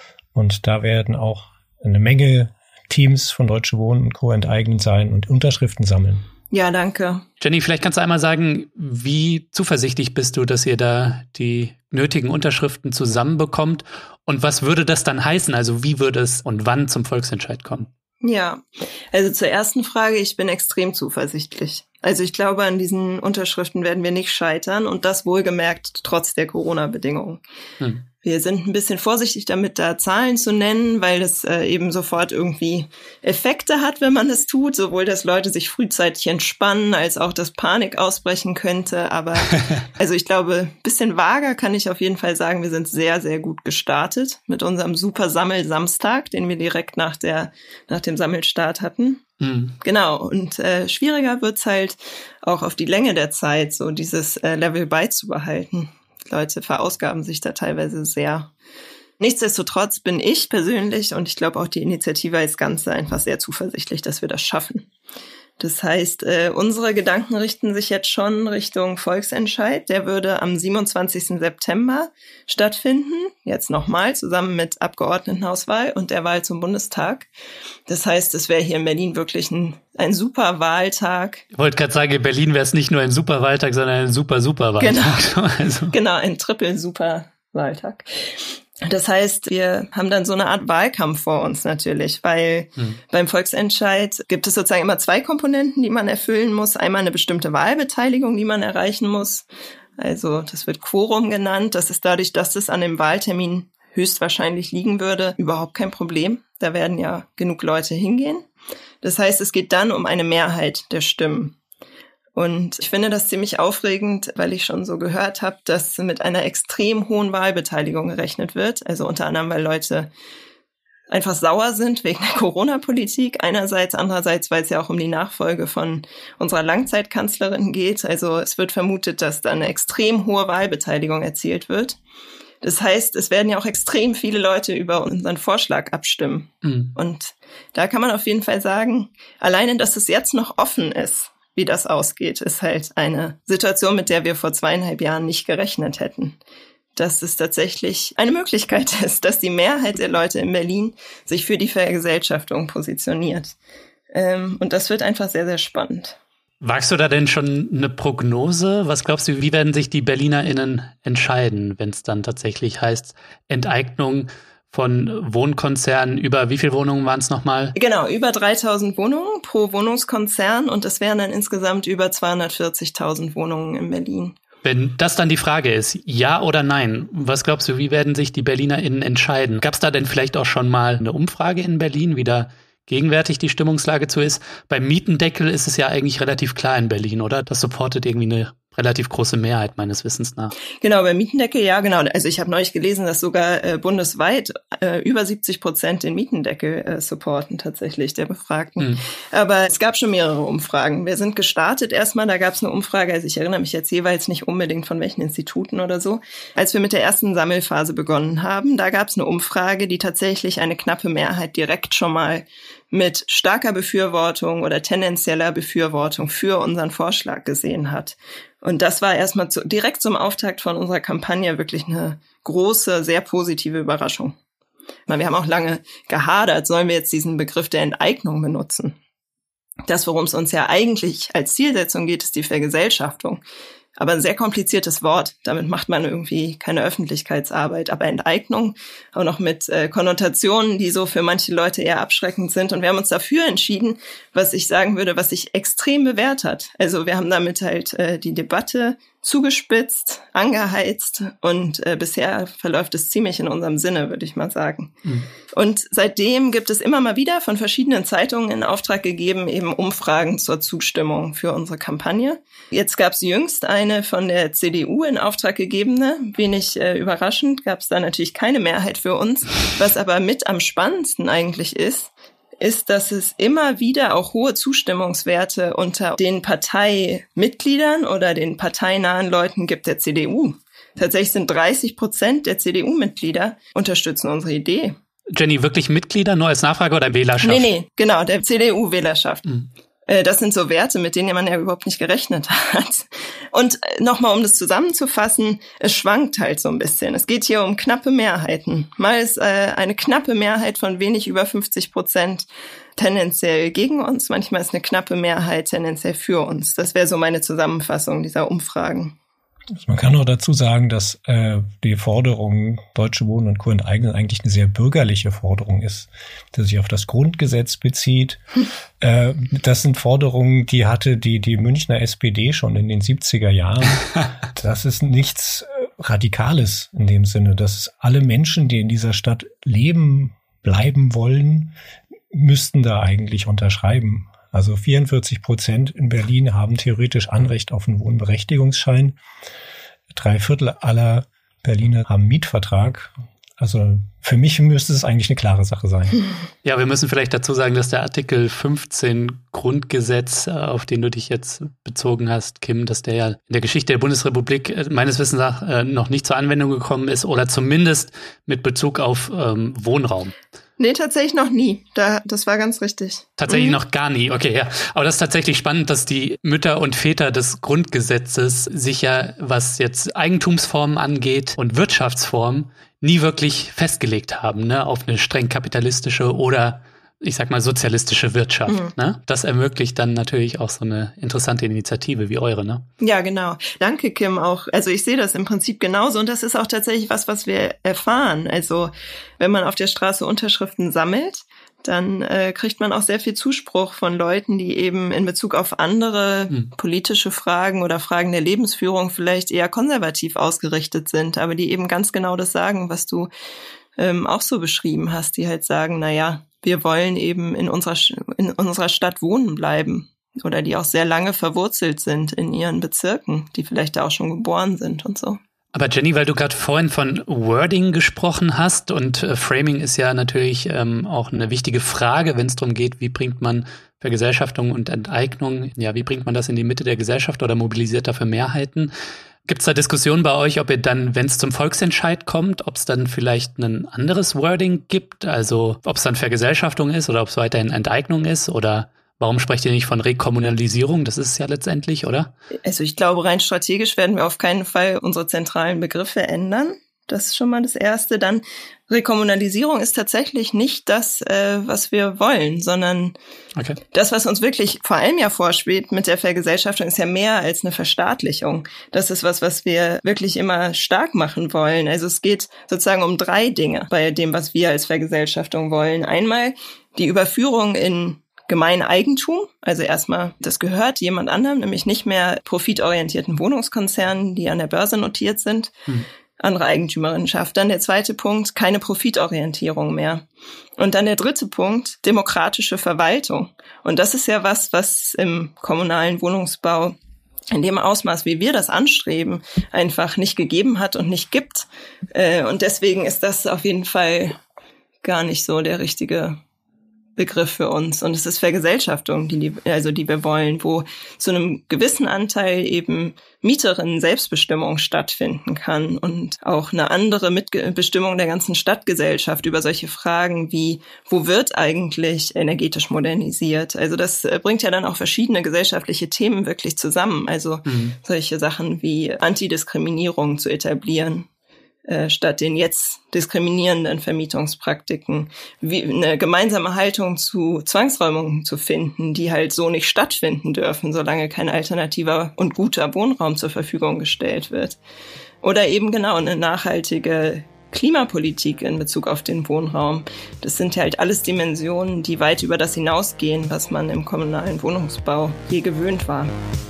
Und da werden auch eine Menge Teams von Deutsche Wohnen und Co. enteignen sein und Unterschriften sammeln. Ja, danke. Jenny, vielleicht kannst du einmal sagen, wie zuversichtlich bist du, dass ihr da die nötigen Unterschriften zusammenbekommt? Und was würde das dann heißen? Also wie würde es und wann zum Volksentscheid kommen? Ja, also zur ersten Frage, ich bin extrem zuversichtlich. Also ich glaube, an diesen Unterschriften werden wir nicht scheitern und das wohlgemerkt trotz der Corona-Bedingungen. Wir sind ein bisschen vorsichtig damit, da Zahlen zu nennen, weil das eben sofort irgendwie Effekte hat, wenn man das tut. Sowohl, dass Leute sich frühzeitig entspannen, als auch, dass Panik ausbrechen könnte. Aber also ich glaube, ein bisschen vager kann ich auf jeden Fall sagen, wir sind sehr, sehr gut gestartet mit unserem super Sammelsamstag, den wir direkt nach dem Sammelstart hatten. Genau, und schwieriger wird's halt auch auf die Länge der Zeit, so dieses Level beizubehalten. Leute verausgaben sich da teilweise sehr. Nichtsdestotrotz bin ich persönlich und ich glaube auch die Initiative als Ganze einfach sehr zuversichtlich, dass wir das schaffen. Das heißt, unsere Gedanken richten sich jetzt schon Richtung Volksentscheid. Der würde am 27. September stattfinden. Jetzt nochmal zusammen mit Abgeordnetenhauswahl und der Wahl zum Bundestag. Das heißt, es wäre hier in Berlin wirklich ein super Wahltag. Ich wollte gerade sagen, in Berlin wäre es nicht nur ein super Wahltag, sondern ein super Wahltag. Genau, genau, ein Triple-Super Wahltag. Das heißt, wir haben dann so eine Art Wahlkampf vor uns natürlich, weil beim Volksentscheid gibt es sozusagen immer zwei Komponenten, die man erfüllen muss. Einmal eine bestimmte Wahlbeteiligung, die man erreichen muss. Also das wird Quorum genannt. Das ist dadurch, dass es an dem Wahltermin höchstwahrscheinlich liegen würde, überhaupt kein Problem. Da werden ja genug Leute hingehen. Das heißt, es geht dann um eine Mehrheit der Stimmen. Und ich finde das ziemlich aufregend, weil ich schon so gehört habe, dass mit einer extrem hohen Wahlbeteiligung gerechnet wird. Also unter anderem, weil Leute einfach sauer sind wegen der Corona-Politik einerseits, andererseits, weil es ja auch um die Nachfolge von unserer Langzeitkanzlerin geht. Also es wird vermutet, dass da eine extrem hohe Wahlbeteiligung erzielt wird. Das heißt, es werden ja auch extrem viele Leute über unseren Vorschlag abstimmen. Mhm. Und da kann man auf jeden Fall sagen, alleine, dass es jetzt noch offen ist, wie das ausgeht, ist halt eine Situation, mit der wir vor 2,5 Jahren nicht gerechnet hätten. Dass es tatsächlich eine Möglichkeit ist, dass die Mehrheit der Leute in Berlin sich für die Vergesellschaftung positioniert. Und das wird einfach sehr, sehr spannend. Wagst du da denn schon eine Prognose? Was glaubst du, wie werden sich die BerlinerInnen entscheiden, wenn es dann tatsächlich heißt, Enteignung von Wohnkonzernen über, wie viele Wohnungen waren es nochmal? Genau, über 3.000 Wohnungen pro Wohnungskonzern und es wären dann insgesamt über 240.000 Wohnungen in Berlin. Wenn das dann die Frage ist, ja oder nein, was glaubst du, wie werden sich die BerlinerInnen entscheiden? Gab es da denn vielleicht auch schon mal eine Umfrage in Berlin, wie da gegenwärtig die Stimmungslage zu ist? Beim Mietendeckel ist es ja eigentlich relativ klar in Berlin, oder? Das supportet irgendwie eine relativ große Mehrheit meines Wissens nach. Genau, beim Mietendeckel, ja, genau. Also ich habe neulich gelesen, dass sogar bundesweit über 70% den Mietendeckel supporten tatsächlich, der Befragten. Mhm. Aber es gab schon mehrere Umfragen. Wir sind gestartet erstmal, da gab es eine Umfrage, also ich erinnere mich jetzt jeweils nicht unbedingt von welchen Instituten oder so. Als wir mit der ersten Sammelphase begonnen haben, da gab es eine Umfrage, die tatsächlich eine knappe Mehrheit direkt schon mal mit starker Befürwortung oder tendenzieller Befürwortung für unseren Vorschlag gesehen hat. Und das war erstmal direkt zum Auftakt von unserer Kampagne wirklich eine große, sehr positive Überraschung. Wir haben auch lange gehadert, sollen wir jetzt diesen Begriff der Enteignung benutzen? Das, worum es uns ja eigentlich als Zielsetzung geht, ist die Vergesellschaftung. Aber ein sehr kompliziertes Wort. Damit macht man irgendwie keine Öffentlichkeitsarbeit. Aber Enteignung auch noch mit Konnotationen, die so für manche Leute eher abschreckend sind. Und wir haben uns dafür entschieden, was ich sagen würde, was sich extrem bewährt hat. Also wir haben damit halt die Debatte zugespitzt, angeheizt und bisher verläuft es ziemlich in unserem Sinne, würde ich mal sagen. Mhm. Und seitdem gibt es immer mal wieder von verschiedenen Zeitungen in Auftrag gegeben, eben Umfragen zur Zustimmung für unsere Kampagne. Jetzt gab es jüngst eine von der CDU in Auftrag gegebene. Wenig überraschend gab es da natürlich keine Mehrheit für uns. Was aber mit am spannendsten eigentlich ist, dass es immer wieder auch hohe Zustimmungswerte unter den Parteimitgliedern oder den parteinahen Leuten gibt der CDU. Tatsächlich sind 30% der CDU-Mitglieder unterstützen unsere Idee. Jenny, wirklich Mitglieder, nur als Nachfrage oder Wählerschaft? Nee, genau, der CDU-Wählerschaft. Mhm. Das sind so Werte, mit denen man ja überhaupt nicht gerechnet hat. Und nochmal, um das zusammenzufassen, es schwankt halt so ein bisschen. Es geht hier um knappe Mehrheiten. Mal ist eine knappe Mehrheit von wenig über 50% tendenziell gegen uns. Manchmal ist eine knappe Mehrheit tendenziell für uns. Das wäre so meine Zusammenfassung dieser Umfragen. Man kann auch dazu sagen, dass die Forderung Deutsche Wohnen und Co. enteignen eigentlich eine sehr bürgerliche Forderung ist, die sich auf das Grundgesetz bezieht. Das sind Forderungen, die hatte die Münchner SPD schon in den 70er Jahren. Das ist nichts Radikales in dem Sinne, dass alle Menschen, die in dieser Stadt leben, bleiben wollen, müssten da eigentlich unterschreiben. Also 44% in Berlin haben theoretisch Anrecht auf einen Wohnberechtigungsschein. 3/4 aller Berliner haben Mietvertrag. Also für mich müsste es eigentlich eine klare Sache sein. Ja, wir müssen vielleicht dazu sagen, dass der Artikel 15 Grundgesetz, auf den du dich jetzt bezogen hast, Kim, dass der ja in der Geschichte der Bundesrepublik meines Wissens nach noch nicht zur Anwendung gekommen ist oder zumindest mit Bezug auf Wohnraum. Nee, tatsächlich noch nie. Das war ganz richtig. Tatsächlich noch gar nie, okay, ja. Aber das ist tatsächlich spannend, dass die Mütter und Väter des Grundgesetzes sich ja, was jetzt Eigentumsformen angeht und Wirtschaftsformen, nie wirklich festgelegt haben, ne, auf eine streng kapitalistische oder, ich sag mal, sozialistische Wirtschaft. Ne? Das ermöglicht dann natürlich auch so eine interessante Initiative wie eure, ne? Ja, genau. Danke, Kim, auch. Also ich sehe das im Prinzip genauso und das ist auch tatsächlich was wir erfahren. Also wenn man auf der Straße Unterschriften sammelt, dann kriegt man auch sehr viel Zuspruch von Leuten, die eben in Bezug auf andere politische Fragen oder Fragen der Lebensführung vielleicht eher konservativ ausgerichtet sind, aber die eben ganz genau das sagen, was du auch so beschrieben hast, die halt sagen, naja, wir wollen eben in unserer Stadt wohnen bleiben oder die auch sehr lange verwurzelt sind in ihren Bezirken, die vielleicht da auch schon geboren sind und so. Aber Jenny, weil du gerade vorhin von Wording gesprochen hast und Framing ist ja natürlich auch eine wichtige Frage, wenn es darum geht, wie bringt man Vergesellschaftung und Enteignung, wie bringt man das in die Mitte der Gesellschaft oder mobilisiert dafür Mehrheiten? Gibt es da Diskussionen bei euch, ob ihr dann, wenn es zum Volksentscheid kommt, ob es dann vielleicht ein anderes Wording gibt? Also ob es dann Vergesellschaftung ist oder ob es weiterhin Enteignung ist oder warum sprecht ihr nicht von Rekommunalisierung? Das ist es ja letztendlich, oder? Also ich glaube, rein strategisch werden wir auf keinen Fall unsere zentralen Begriffe ändern. Das ist schon mal das Erste. Dann Rekommunalisierung ist tatsächlich nicht das, was wir wollen, sondern das, was uns wirklich vor allem ja vorschwebt mit der Vergesellschaftung, ist ja mehr als eine Verstaatlichung. Das ist was wir wirklich immer stark machen wollen. Also es geht sozusagen um 3 Dinge bei dem, was wir als Vergesellschaftung wollen. Einmal die Überführung in Gemeineigentum, also erstmal, das gehört jemand anderem, nämlich nicht mehr profitorientierten Wohnungskonzernen, die an der Börse notiert sind, andere Eigentümerinnen schafft. Dann der zweite Punkt, keine Profitorientierung mehr. Und dann der dritte Punkt, demokratische Verwaltung. Und das ist ja was im kommunalen Wohnungsbau in dem Ausmaß, wie wir das anstreben, einfach nicht gegeben hat und nicht gibt. Und deswegen ist das auf jeden Fall gar nicht so der richtige Begriff für uns. Und es ist Vergesellschaftung, die wir wollen, wo zu einem gewissen Anteil eben Mieterinnen-Selbstbestimmung stattfinden kann und auch eine andere Mitbestimmung der ganzen Stadtgesellschaft über solche Fragen wie, wo wird eigentlich energetisch modernisiert? Also das bringt ja dann auch verschiedene gesellschaftliche Themen wirklich zusammen. Also solche Sachen wie Antidiskriminierung zu etablieren, statt den jetzt diskriminierenden Vermietungspraktiken, wie eine gemeinsame Haltung zu Zwangsräumungen zu finden, die halt so nicht stattfinden dürfen, solange kein alternativer und guter Wohnraum zur Verfügung gestellt wird. Oder eben genau eine nachhaltige Klimapolitik in Bezug auf den Wohnraum. Das sind halt alles Dimensionen, die weit über das hinausgehen, was man im kommunalen Wohnungsbau je gewöhnt war.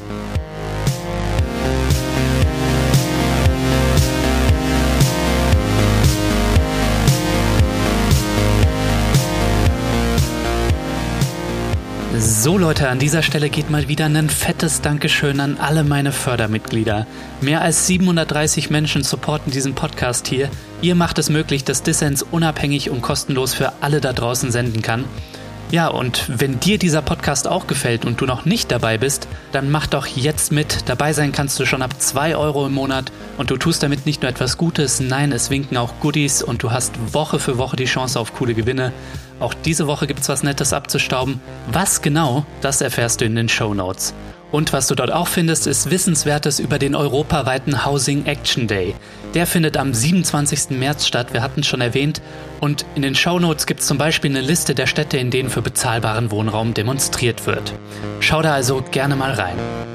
So Leute, an dieser Stelle geht mal wieder ein fettes Dankeschön an alle meine Fördermitglieder. Mehr als 730 Menschen supporten diesen Podcast hier. Ihr macht es möglich, dass Dissens unabhängig und kostenlos für alle da draußen senden kann. Ja, und wenn dir dieser Podcast auch gefällt und du noch nicht dabei bist, dann mach doch jetzt mit. Dabei sein kannst du schon ab 2 € im Monat und du tust damit nicht nur etwas Gutes, nein, es winken auch Goodies und du hast Woche für Woche die Chance auf coole Gewinne. Auch diese Woche gibt's was Nettes abzustauben. Was genau, das erfährst du in den Shownotes. Und was du dort auch findest, ist Wissenswertes über den europaweiten Housing Action Day. Der findet am 27. März statt, wir hatten es schon erwähnt. Und in den Shownotes gibt es zum Beispiel eine Liste der Städte, in denen für bezahlbaren Wohnraum demonstriert wird. Schau da also gerne mal rein.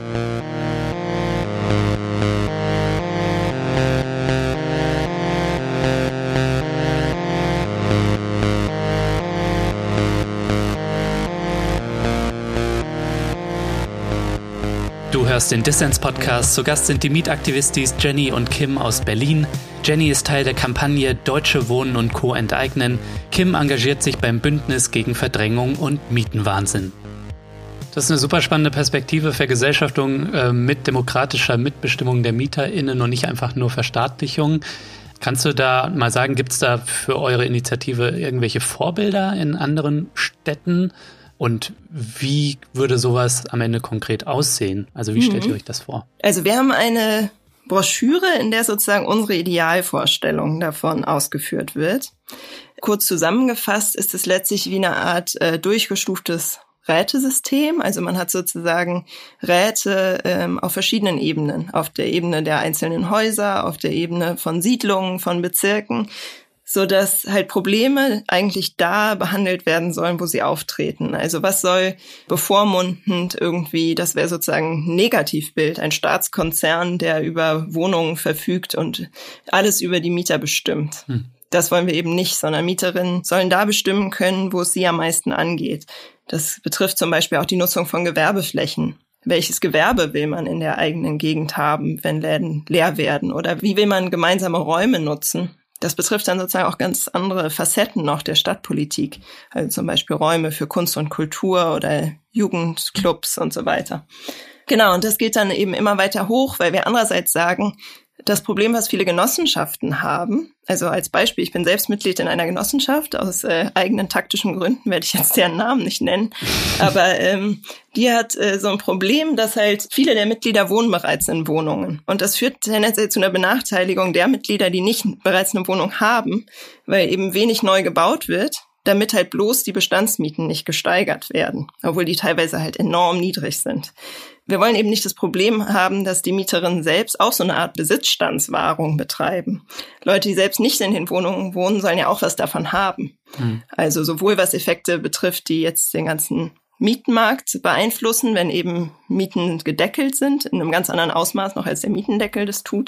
Du hörst den Dissens-Podcast. Zu Gast sind die Mietaktivistis Jenny und Kim aus Berlin. Jenny ist Teil der Kampagne Deutsche Wohnen und Co. enteignen. Kim engagiert sich beim Bündnis gegen Verdrängung und Mietenwahnsinn. Das ist eine super spannende Perspektive, Vergesellschaftung mit demokratischer Mitbestimmung der MieterInnen und nicht einfach nur Verstaatlichung. Kannst du da mal sagen, gibt es da für eure Initiative irgendwelche Vorbilder in anderen Städten? Und wie würde sowas am Ende konkret aussehen? Also wie stellt ihr euch das vor? Also wir haben eine Broschüre, in der sozusagen unsere Idealvorstellung davon ausgeführt wird. Kurz zusammengefasst ist es letztlich wie eine Art durchgestuftes Rätesystem. Also man hat sozusagen Räte auf verschiedenen Ebenen. Auf der Ebene der einzelnen Häuser, auf der Ebene von Siedlungen, von Bezirken, so dass halt Probleme eigentlich da behandelt werden sollen, wo sie auftreten. Also was soll bevormundend irgendwie, das wäre sozusagen ein Negativbild, ein Staatskonzern, der über Wohnungen verfügt und alles über die Mieter bestimmt. Das wollen wir eben nicht, sondern Mieterinnen sollen da bestimmen können, wo es sie am meisten angeht. Das betrifft zum Beispiel auch die Nutzung von Gewerbeflächen. Welches Gewerbe will man in der eigenen Gegend haben, wenn Läden leer werden? Oder wie will man gemeinsame Räume nutzen? Das betrifft dann sozusagen auch ganz andere Facetten noch der Stadtpolitik, also zum Beispiel Räume für Kunst und Kultur oder Jugendclubs und so weiter. Genau, und das geht dann eben immer weiter hoch, weil wir andererseits sagen, das Problem, was viele Genossenschaften haben, also als Beispiel, ich bin selbst Mitglied in einer Genossenschaft, aus eigenen taktischen Gründen werde ich jetzt deren Namen nicht nennen, aber die hat so ein Problem, dass halt viele der Mitglieder wohnen bereits in Wohnungen. Und das führt tendenziell zu einer Benachteiligung der Mitglieder, die nicht bereits eine Wohnung haben, weil eben wenig neu gebaut wird, damit halt bloß die Bestandsmieten nicht gesteigert werden, obwohl die teilweise halt enorm niedrig sind. Wir wollen eben nicht das Problem haben, dass die Mieterinnen selbst auch so eine Art Besitzstandswahrung betreiben. Leute, die selbst nicht in den Wohnungen wohnen, sollen ja auch was davon haben. Also sowohl was Effekte betrifft, die jetzt den ganzen Mietenmarkt beeinflussen, wenn eben Mieten gedeckelt sind, in einem ganz anderen Ausmaß noch als der Mietendeckel das tut.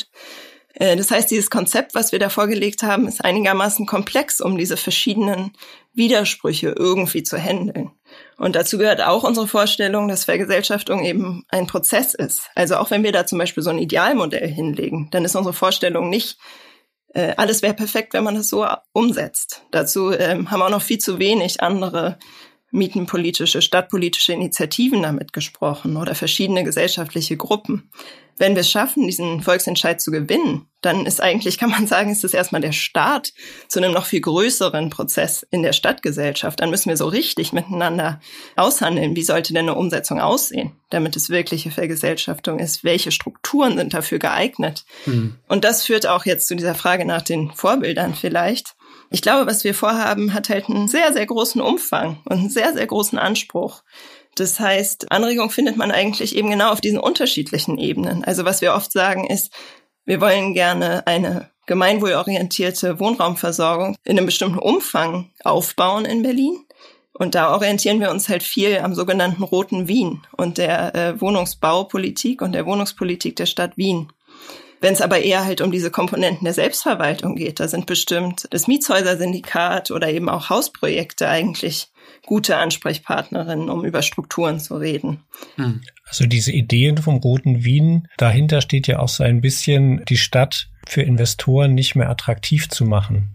Das heißt, dieses Konzept, was wir da vorgelegt haben, ist einigermaßen komplex, um diese verschiedenen Widersprüche irgendwie zu handeln. Und dazu gehört auch unsere Vorstellung, dass Vergesellschaftung eben ein Prozess ist. Also auch wenn wir da zum Beispiel so ein Idealmodell hinlegen, dann ist unsere Vorstellung nicht, alles wäre perfekt, wenn man das so umsetzt. Dazu haben wir auch noch viel zu wenig andere mietenpolitische, stadtpolitische Initiativen damit gesprochen oder verschiedene gesellschaftliche Gruppen. Wenn wir es schaffen, diesen Volksentscheid zu gewinnen, dann ist eigentlich, kann man sagen, ist das erstmal der Start zu einem noch viel größeren Prozess in der Stadtgesellschaft. Dann müssen wir so richtig miteinander aushandeln, wie sollte denn eine Umsetzung aussehen, damit es wirkliche Vergesellschaftung ist, welche Strukturen sind dafür geeignet. Und das führt auch jetzt zu dieser Frage nach den Vorbildern vielleicht. Ich glaube, was wir vorhaben, hat halt einen sehr, sehr großen Umfang und einen sehr, sehr großen Anspruch. Das heißt, Anregung findet man eigentlich eben genau auf diesen unterschiedlichen Ebenen. Also was wir oft sagen ist, wir wollen gerne eine gemeinwohlorientierte Wohnraumversorgung in einem bestimmten Umfang aufbauen in Berlin. Und da orientieren wir uns halt viel am sogenannten Roten Wien und der Wohnungsbaupolitik und der Wohnungspolitik der Stadt Wien. Wenn es aber eher halt um diese Komponenten der Selbstverwaltung geht, da sind bestimmt das Mietshäuser-Syndikat oder eben auch Hausprojekte eigentlich gute Ansprechpartnerinnen, um über Strukturen zu reden. Also diese Ideen vom Roten Wien, dahinter steht ja auch so ein bisschen, die Stadt für Investoren nicht mehr attraktiv zu machen.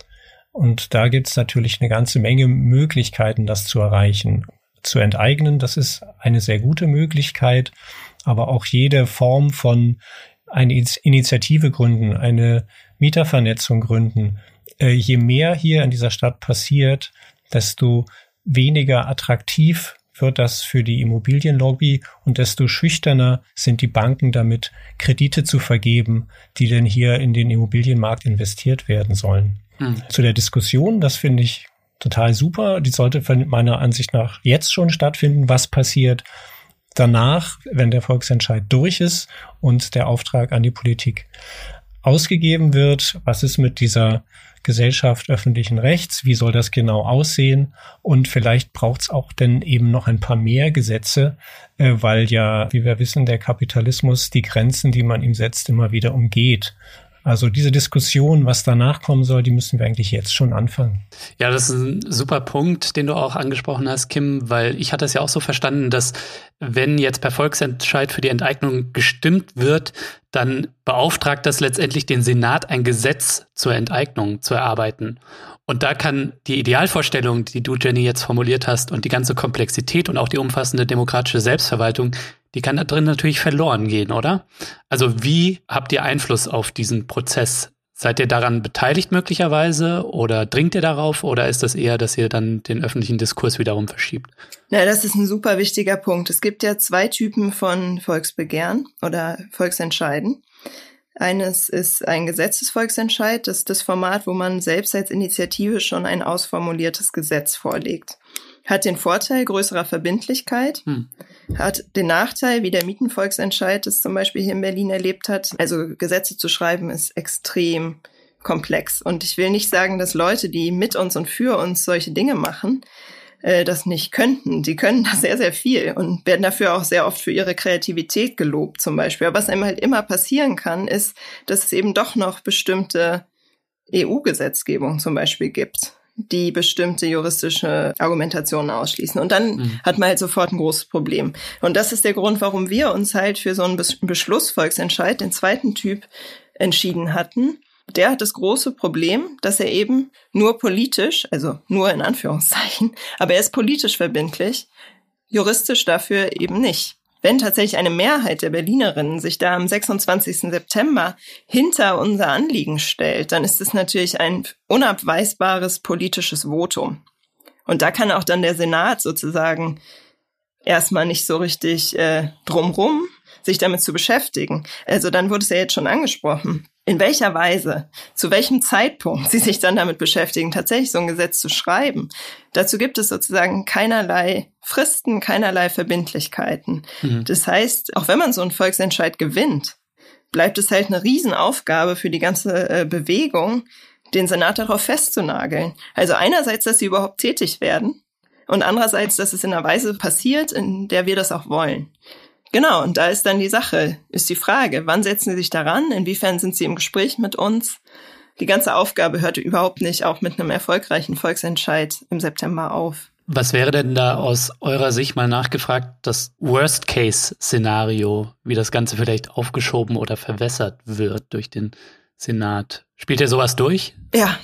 Und da gibt es natürlich eine ganze Menge Möglichkeiten, das zu erreichen. Zu enteignen, das ist eine sehr gute Möglichkeit, aber auch jede Form von eine Initiative gründen, eine Mietervernetzung gründen. Je mehr hier in dieser Stadt passiert, desto weniger attraktiv wird das für die Immobilienlobby und desto schüchterner sind die Banken damit, Kredite zu vergeben, die denn hier in den Immobilienmarkt investiert werden sollen. Zu der Diskussion, das finde ich total super. Die sollte meiner Ansicht nach jetzt schon stattfinden. Was passiert danach, wenn der Volksentscheid durch ist und der Auftrag an die Politik ausgegeben wird? Was ist mit dieser Gesellschaft öffentlichen Rechts? Wie soll das genau aussehen? Und vielleicht braucht es auch dann eben noch ein paar mehr Gesetze, weil ja, wie wir wissen, der Kapitalismus die Grenzen, die man ihm setzt, immer wieder umgeht. Also diese Diskussion, was danach kommen soll, die müssen wir eigentlich jetzt schon anfangen. Ja, das ist ein super Punkt, den du auch angesprochen hast, Kim, weil ich hatte es ja auch so verstanden, dass wenn jetzt per Volksentscheid für die Enteignung gestimmt wird, dann beauftragt das letztendlich den Senat, ein Gesetz zur Enteignung zu erarbeiten. Und da kann die Idealvorstellung, die du, Jenny, jetzt formuliert hast, und die ganze Komplexität und auch die umfassende demokratische Selbstverwaltung, die kann da drin natürlich verloren gehen, oder? Also wie habt ihr Einfluss auf diesen Prozess? Seid ihr daran beteiligt möglicherweise oder dringt ihr darauf oder ist das eher, dass ihr dann den öffentlichen Diskurs wiederum verschiebt? Na, das ist ein super wichtiger Punkt. Es gibt ja 2 Typen von Volksbegehren oder Volksentscheiden. Eines ist ein Gesetzesvolksentscheid, das ist das Format, wo man selbst als Initiative schon ein ausformuliertes Gesetz vorlegt. Hat den Vorteil größerer Verbindlichkeit, hat den Nachteil, wie der Mietenvolksentscheid es zum Beispiel hier in Berlin erlebt hat. Also Gesetze zu schreiben ist extrem komplex. Und ich will nicht sagen, dass Leute, die mit uns und für uns solche Dinge machen, das nicht könnten. Die können das sehr, sehr viel und werden dafür auch sehr oft für ihre Kreativität gelobt zum Beispiel. Aber was einem halt immer passieren kann, ist, dass es eben doch noch bestimmte EU-Gesetzgebung zum Beispiel gibt, die bestimmte juristische Argumentationen ausschließen. Und dann hat man halt sofort ein großes Problem. Und das ist der Grund, warum wir uns halt für so einen Beschlussvolksentscheid, den 2. Typ, entschieden hatten, der hat das große Problem, dass er eben nur politisch, also nur in Anführungszeichen, aber er ist politisch verbindlich, juristisch dafür eben nicht. Wenn tatsächlich eine Mehrheit der Berlinerinnen sich da am 26. September hinter unser Anliegen stellt, dann ist es natürlich ein unabweisbares politisches Votum. Und da kann auch dann der Senat sozusagen erstmal nicht so richtig drumrum, sich damit zu beschäftigen. Also dann wurde es ja jetzt schon angesprochen. In welcher Weise, zu welchem Zeitpunkt sie sich dann damit beschäftigen, tatsächlich so ein Gesetz zu schreiben. Dazu gibt es sozusagen keinerlei Fristen, keinerlei Verbindlichkeiten. Das heißt, auch wenn man so einen Volksentscheid gewinnt, bleibt es halt eine Riesenaufgabe für die ganze Bewegung, den Senat darauf festzunageln. Also einerseits, dass sie überhaupt tätig werden und andererseits, dass es in einer Weise passiert, in der wir das auch wollen. Genau, und da ist dann die Sache, ist die Frage, wann setzen sie sich daran, inwiefern sind sie im Gespräch mit uns? Die ganze Aufgabe hört überhaupt nicht auch mit einem erfolgreichen Volksentscheid im September auf. Was wäre denn da aus eurer Sicht mal nachgefragt das Worst-Case-Szenario, wie das Ganze vielleicht aufgeschoben oder verwässert wird durch den Senat? Spielt ihr sowas durch? Ja.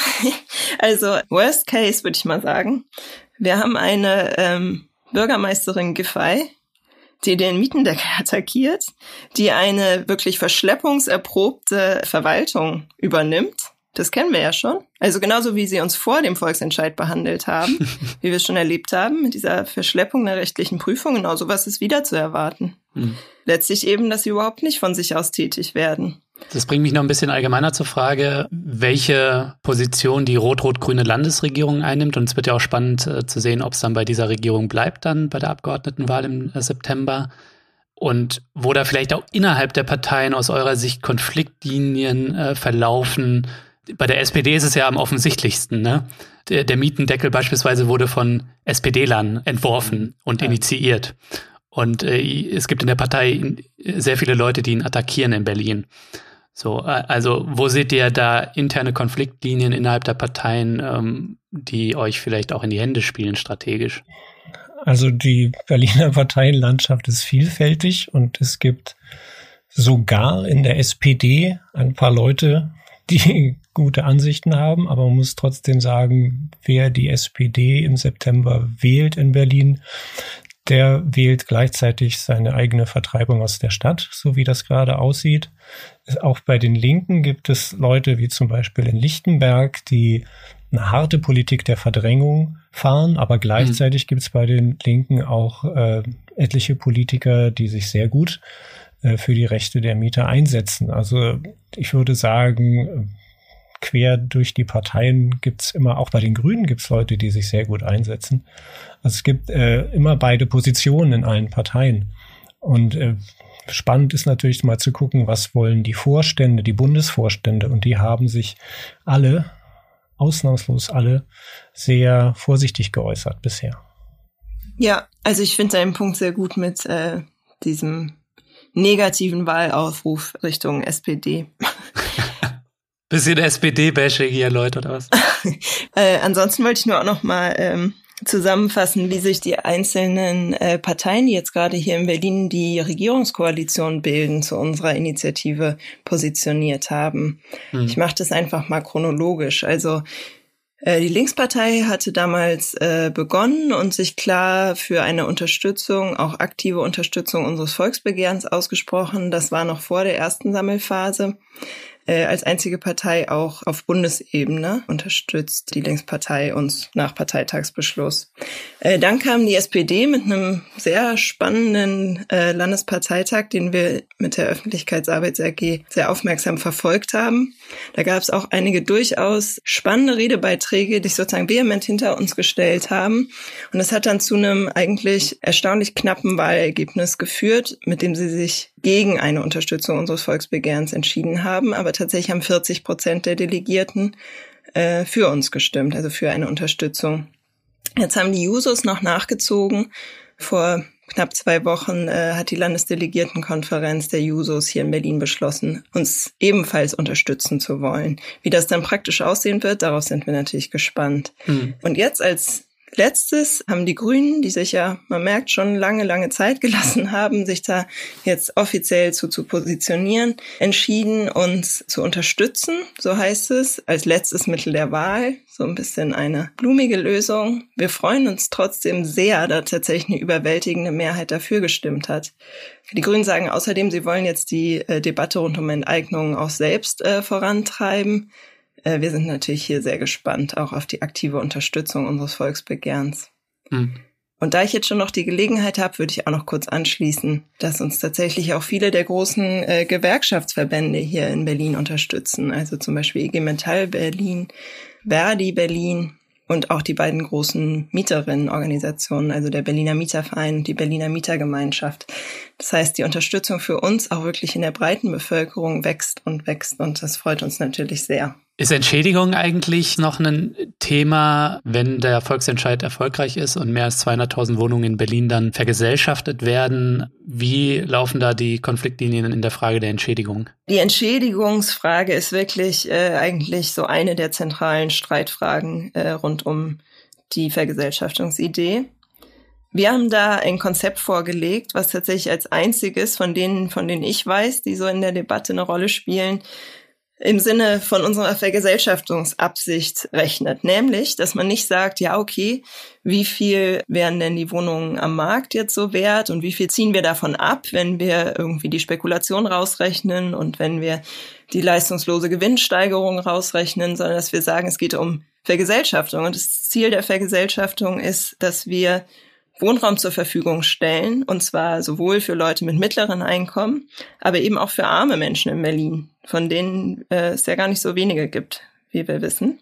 Also Worst Case würde ich mal sagen. Wir haben eine Bürgermeisterin Giffey, die den Mietendeckel attackiert, die eine wirklich verschleppungserprobte Verwaltung übernimmt. Das kennen wir ja schon. Also genauso wie sie uns vor dem Volksentscheid behandelt haben, wie wir es schon erlebt haben, mit dieser Verschleppung der rechtlichen Prüfung, genau sowas ist wieder zu erwarten. Letztlich eben, dass sie überhaupt nicht von sich aus tätig werden. Das bringt mich noch ein bisschen allgemeiner zur Frage, welche Position die rot-rot-grüne Landesregierung einnimmt. Und es wird ja auch spannend zu sehen, ob es dann bei dieser Regierung bleibt, dann bei der Abgeordnetenwahl im September. Und wo da vielleicht auch innerhalb der Parteien aus eurer Sicht Konfliktlinien verlaufen. Bei der SPD ist es ja am offensichtlichsten, ne? Der Mietendeckel beispielsweise wurde von SPD-Lern entworfen und initiiert. Und es gibt in der Partei sehr viele Leute, die ihn attackieren in Berlin. So, also wo seht ihr da interne Konfliktlinien innerhalb der Parteien, die euch vielleicht auch in die Hände spielen strategisch? Also die Berliner Parteienlandschaft ist vielfältig und es gibt sogar in der SPD ein paar Leute, die gute Ansichten haben, aber man muss trotzdem sagen, wer die SPD im September wählt in Berlin, der wählt gleichzeitig seine eigene Vertreibung aus der Stadt, so wie das gerade aussieht. Auch bei den Linken gibt es Leute wie zum Beispiel in Lichtenberg, die eine harte Politik der Verdrängung fahren, aber gleichzeitig gibt es bei den Linken auch etliche Politiker, die sich sehr gut für die Rechte der Mieter einsetzen. Also ich würde sagen, quer durch die Parteien gibt's immer, auch bei den Grünen gibt's Leute, die sich sehr gut einsetzen. Also es gibt immer beide Positionen in allen Parteien. Und spannend ist natürlich mal zu gucken, was wollen die Vorstände, die Bundesvorstände. Und die haben sich alle, ausnahmslos alle, sehr vorsichtig geäußert bisher. Ja, also ich finde deinen Punkt sehr gut mit diesem negativen Wahlaufruf Richtung SPD. Bisschen SPD-Bashing hier, Leute, oder was? Ansonsten wollte ich nur auch noch mal zusammenfassen, wie sich die einzelnen Parteien, die jetzt gerade hier in Berlin die Regierungskoalition bilden, zu unserer Initiative positioniert haben. Ich mache das einfach mal chronologisch. Also die Linkspartei hatte damals begonnen und sich klar für eine Unterstützung, auch aktive Unterstützung unseres Volksbegehrens ausgesprochen. Das war noch vor der ersten Sammelphase. Als einzige Partei auch auf Bundesebene unterstützt die Linkspartei uns nach Parteitagsbeschluss. Dann kam die SPD mit einem sehr spannenden Landesparteitag, den wir mit der Öffentlichkeitsarbeit AG sehr aufmerksam verfolgt haben. Da gab es auch einige durchaus spannende Redebeiträge, die sich sozusagen vehement hinter uns gestellt haben. Und das hat dann zu einem eigentlich erstaunlich knappen Wahlergebnis geführt, mit dem sie sich gegen eine Unterstützung unseres Volksbegehrens entschieden haben. Aber tatsächlich haben 40% der Delegierten für uns gestimmt, also für eine Unterstützung. Jetzt haben die Jusos noch nachgezogen. Vor knapp 2 Wochen hat die Landesdelegiertenkonferenz der Jusos hier in Berlin beschlossen, uns ebenfalls unterstützen zu wollen. Wie das dann praktisch aussehen wird, darauf sind wir natürlich gespannt. Und jetzt als Letztes haben die Grünen, die sich ja, man merkt, schon lange Zeit gelassen haben, sich da jetzt offiziell zu positionieren, entschieden, uns zu unterstützen, so heißt es, als letztes Mittel der Wahl. So ein bisschen eine blumige Lösung. Wir freuen uns trotzdem sehr, da tatsächlich eine überwältigende Mehrheit dafür gestimmt hat. Die Grünen sagen außerdem, sie wollen jetzt die Debatte rund um Enteignungen auch selbst vorantreiben. Wir sind natürlich hier sehr gespannt, auch auf die aktive Unterstützung unseres Volksbegehrens. Mhm. Und da ich jetzt schon noch die Gelegenheit habe, würde ich auch noch kurz anschließen, dass uns tatsächlich auch viele der großen Gewerkschaftsverbände hier in Berlin unterstützen. Also zum Beispiel IG Metall Berlin, Verdi Berlin und auch die beiden großen Mieterinnenorganisationen, also der Berliner Mieterverein und die Berliner Mietergemeinschaft. Das heißt, die Unterstützung für uns auch wirklich in der breiten Bevölkerung wächst und das freut uns natürlich sehr. Ist Entschädigung eigentlich noch ein Thema, wenn der Volksentscheid erfolgreich ist und mehr als 200.000 Wohnungen in Berlin dann vergesellschaftet werden? Wie laufen da die Konfliktlinien in der Frage der Entschädigung? Die Entschädigungsfrage ist wirklich eigentlich so eine der zentralen Streitfragen rund um die Vergesellschaftungsidee. Wir haben da ein Konzept vorgelegt, was tatsächlich als einziges von denen ich weiß, die so in der Debatte eine Rolle spielen, im Sinne von unserer Vergesellschaftungsabsicht rechnet. Nämlich, dass man nicht sagt, ja okay, wie viel wären denn die Wohnungen am Markt jetzt so wert und wie viel ziehen wir davon ab, wenn wir irgendwie die Spekulation rausrechnen und wenn wir die leistungslose Gewinnsteigerung rausrechnen, sondern dass wir sagen, es geht um Vergesellschaftung. Und das Ziel der Vergesellschaftung ist, dass wir Wohnraum zur Verfügung stellen, und zwar sowohl für Leute mit mittleren Einkommen, aber eben auch für arme Menschen in Berlin, von denen es ja gar nicht so wenige gibt, wie wir wissen.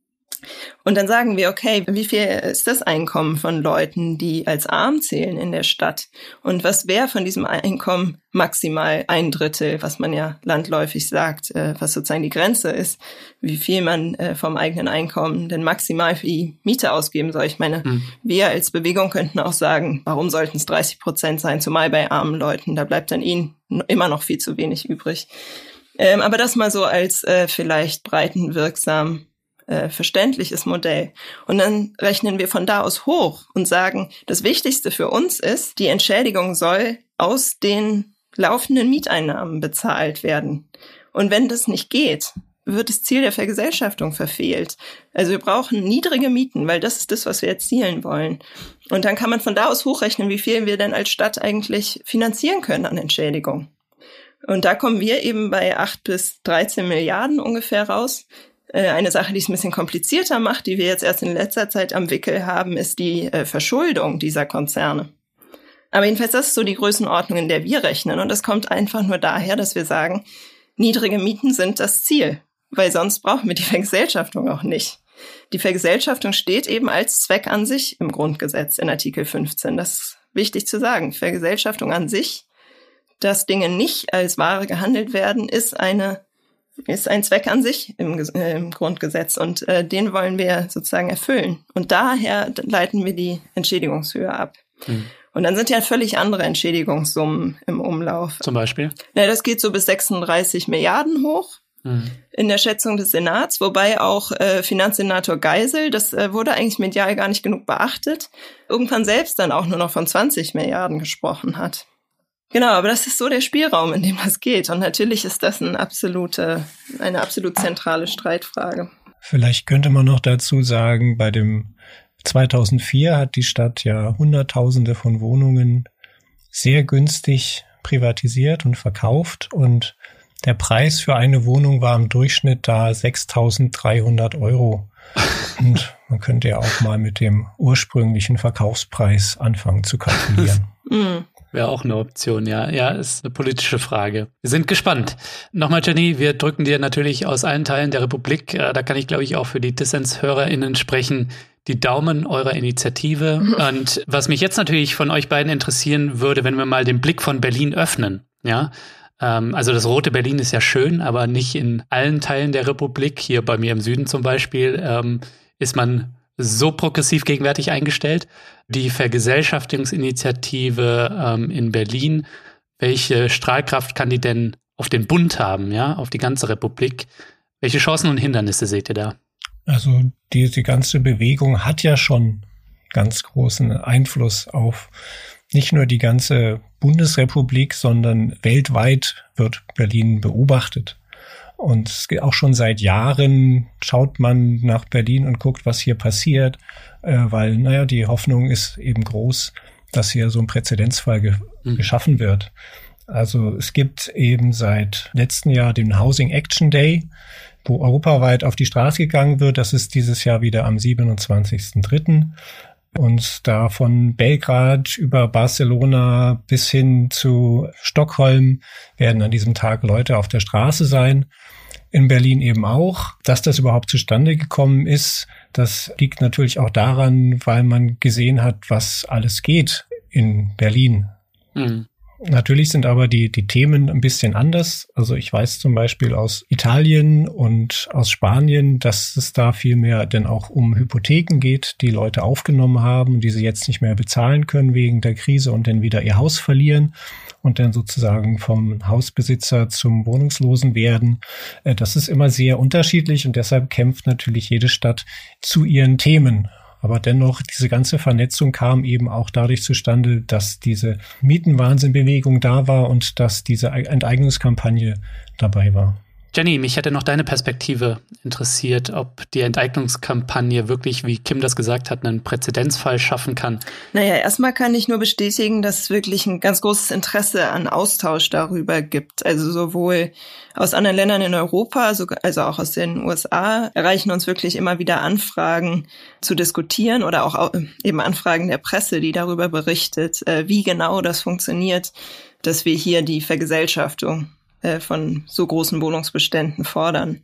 Und dann sagen wir, okay, wie viel ist das Einkommen von Leuten, die als arm zählen in der Stadt? Und was wäre von diesem Einkommen maximal 1/3, was man ja landläufig sagt, was sozusagen die Grenze ist, wie viel man vom eigenen Einkommen denn maximal für die Miete ausgeben soll? Ich meine, wir als Bewegung könnten auch sagen, warum sollten es 30% sein, zumal bei armen Leuten? Da bleibt dann ihnen immer noch viel zu wenig übrig. Aber das mal so als vielleicht breitenwirksam verständliches Modell. Und dann rechnen wir von da aus hoch und sagen, das Wichtigste für uns ist, die Entschädigung soll aus den laufenden Mieteinnahmen bezahlt werden. Und wenn das nicht geht, wird das Ziel der Vergesellschaftung verfehlt. Also wir brauchen niedrige Mieten, weil das ist das, was wir erzielen wollen. Und dann kann man von da aus hochrechnen, wie viel wir denn als Stadt eigentlich finanzieren können an Entschädigung. Und da kommen wir eben bei 8 bis 13 Milliarden ungefähr raus. Eine Sache, die es ein bisschen komplizierter macht, die wir jetzt erst in letzter Zeit am Wickel haben, ist die Verschuldung dieser Konzerne. Aber jedenfalls, das ist so die Größenordnung, in der wir rechnen. Und das kommt einfach nur daher, dass wir sagen, niedrige Mieten sind das Ziel, weil sonst brauchen wir die Vergesellschaftung auch nicht. Die Vergesellschaftung steht eben als Zweck an sich im Grundgesetz in Artikel 15. Das ist wichtig zu sagen. Vergesellschaftung an sich, dass Dinge nicht als Ware gehandelt werden, ist ein Zweck an sich im Grundgesetz und den wollen wir sozusagen erfüllen. Und daher leiten wir die Entschädigungshöhe ab. Und dann sind ja völlig andere Entschädigungssummen im Umlauf. Zum Beispiel? Ja, das geht so bis 36 Milliarden hoch in der Schätzung des Senats, wobei auch Finanzsenator Geisel, das wurde eigentlich medial gar nicht genug beachtet, irgendwann selbst dann auch nur noch von 20 Milliarden gesprochen hat. Genau, aber das ist so der Spielraum, in dem das geht. Und natürlich ist das eine absolut zentrale Streitfrage. Vielleicht könnte man noch dazu sagen, bei dem 2004 hat die Stadt ja Hunderttausende von Wohnungen sehr günstig privatisiert und verkauft. Und der Preis für eine Wohnung war im Durchschnitt da 6.300 €. Und man könnte ja auch mal mit dem ursprünglichen Verkaufspreis anfangen zu kalkulieren. Wäre auch eine Option, ja. Ja, ist eine politische Frage. Wir sind gespannt. Nochmal, Jenny, wir drücken dir natürlich aus allen Teilen der Republik, da kann ich, glaube ich, auch für die Dissens-HörerInnen sprechen, die Daumen eurer Initiative. Und was mich jetzt natürlich von euch beiden interessieren würde, wenn wir mal den Blick von Berlin öffnen, ja. Also das rote Berlin ist ja schön, aber nicht in allen Teilen der Republik. Hier bei mir im Süden zum Beispiel ist man so progressiv gegenwärtig eingestellt. Die Vergesellschaftungsinitiative in Berlin, welche Strahlkraft kann die denn auf den Bund haben, ja, auf die ganze Republik? Welche Chancen und Hindernisse seht ihr da? Also die ganze Bewegung hat ja schon ganz großen Einfluss auf nicht nur die ganze Bundesrepublik, sondern weltweit wird Berlin beobachtet. Und auch schon seit Jahren schaut man nach Berlin und guckt, was hier passiert, weil, die Hoffnung ist eben groß, dass hier so ein Präzedenzfall geschaffen wird. Also es gibt eben seit letztem Jahr den Housing Action Day, wo europaweit auf die Straße gegangen wird. Das ist dieses Jahr wieder am 27.03. Und da von Belgrad über Barcelona bis hin zu Stockholm werden an diesem Tag Leute auf der Straße sein. In Berlin eben auch. Dass das überhaupt zustande gekommen ist, das liegt natürlich auch daran, weil man gesehen hat, was alles geht in Berlin. Mhm. Natürlich sind aber die Themen ein bisschen anders. Also ich weiß zum Beispiel aus Italien und aus Spanien, dass es da viel mehr denn auch um Hypotheken geht, die Leute aufgenommen haben, die sie jetzt nicht mehr bezahlen können wegen der Krise und dann wieder ihr Haus verlieren und dann sozusagen vom Hausbesitzer zum Wohnungslosen werden. Das ist immer sehr unterschiedlich und deshalb kämpft natürlich jede Stadt zu ihren Themen. Aber dennoch, diese ganze Vernetzung kam eben auch dadurch zustande, dass diese Mietenwahnsinnbewegung da war und dass diese Enteignungskampagne dabei war. Jenny, mich hätte noch deine Perspektive interessiert, ob die Enteignungskampagne wirklich, wie Kim das gesagt hat, einen Präzedenzfall schaffen kann. Naja, erstmal kann ich nur bestätigen, dass es wirklich ein ganz großes Interesse an Austausch darüber gibt. Also sowohl aus anderen Ländern in Europa, also auch aus den USA, erreichen uns wirklich immer wieder Anfragen zu diskutieren oder auch eben Anfragen der Presse, die darüber berichtet, wie genau das funktioniert, dass wir hier die Vergesellschaftung von so großen Wohnungsbeständen fordern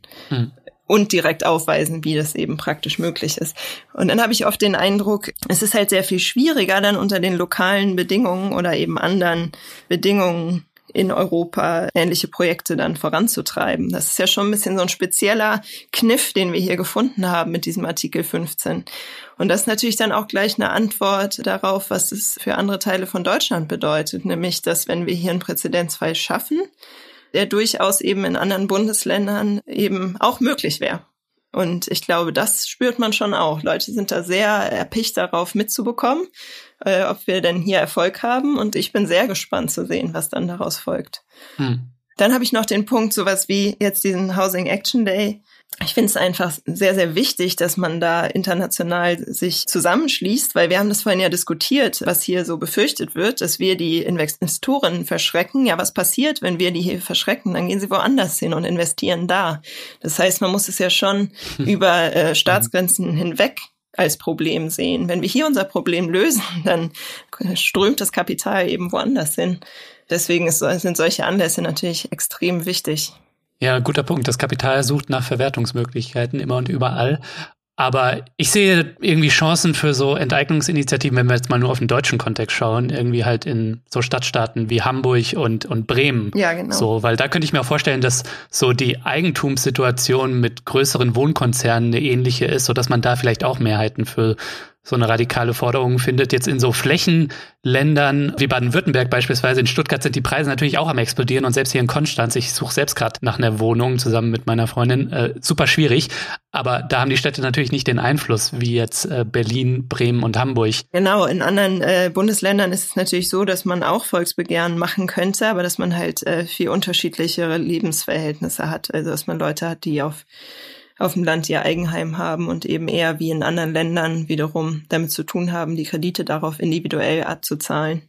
und direkt aufweisen, wie das eben praktisch möglich ist. Und dann habe ich oft den Eindruck, es ist halt sehr viel schwieriger, dann unter den lokalen Bedingungen oder eben anderen Bedingungen in Europa ähnliche Projekte dann voranzutreiben. Das ist ja schon ein bisschen so ein spezieller Kniff, den wir hier gefunden haben mit diesem Artikel 15. Und das ist natürlich dann auch gleich eine Antwort darauf, was es für andere Teile von Deutschland bedeutet, nämlich, dass wenn wir hier einen Präzedenzfall schaffen, der durchaus eben in anderen Bundesländern eben auch möglich wäre. Und ich glaube, das spürt man schon auch. Leute sind da sehr erpicht darauf mitzubekommen, ob wir denn hier Erfolg haben. Und ich bin sehr gespannt zu sehen, was dann daraus folgt. Dann habe ich noch den Punkt, sowas wie jetzt diesen Housing Action Day. Ich finde es einfach sehr, sehr wichtig, dass man da international sich zusammenschließt, weil wir haben das vorhin ja diskutiert, was hier so befürchtet wird, dass wir die Investoren verschrecken. Ja, was passiert, wenn wir die hier verschrecken? Dann gehen sie woanders hin und investieren da. Das heißt, man muss es ja schon über Staatsgrenzen hinweg als Problem sehen. Wenn wir hier unser Problem lösen, dann strömt das Kapital eben woanders hin. Deswegen sind solche Anlässe natürlich extrem wichtig. Ja, guter Punkt. Das Kapital sucht nach Verwertungsmöglichkeiten immer und überall. Aber ich sehe irgendwie Chancen für so Enteignungsinitiativen, wenn wir jetzt mal nur auf den deutschen Kontext schauen, irgendwie halt in so Stadtstaaten wie Hamburg und Bremen. Ja, genau. So, weil da könnte ich mir auch vorstellen, dass so die Eigentumssituation mit größeren Wohnkonzernen eine ähnliche ist, sodass man da vielleicht auch Mehrheiten für so eine radikale Forderung findet. Jetzt in so Flächenländern wie Baden-Württemberg beispielsweise, in Stuttgart sind die Preise natürlich auch am explodieren und selbst hier in Konstanz, ich suche selbst gerade nach einer Wohnung zusammen mit meiner Freundin, super schwierig, aber da haben die Städte natürlich nicht den Einfluss wie jetzt Berlin, Bremen und Hamburg. Genau, in anderen Bundesländern ist es natürlich so, dass man auch Volksbegehren machen könnte, aber dass man halt viel unterschiedlichere Lebensverhältnisse hat, also dass man Leute hat, die auf dem Land ihr Eigenheim haben und eben eher wie in anderen Ländern wiederum damit zu tun haben, die Kredite darauf individuell abzuzahlen.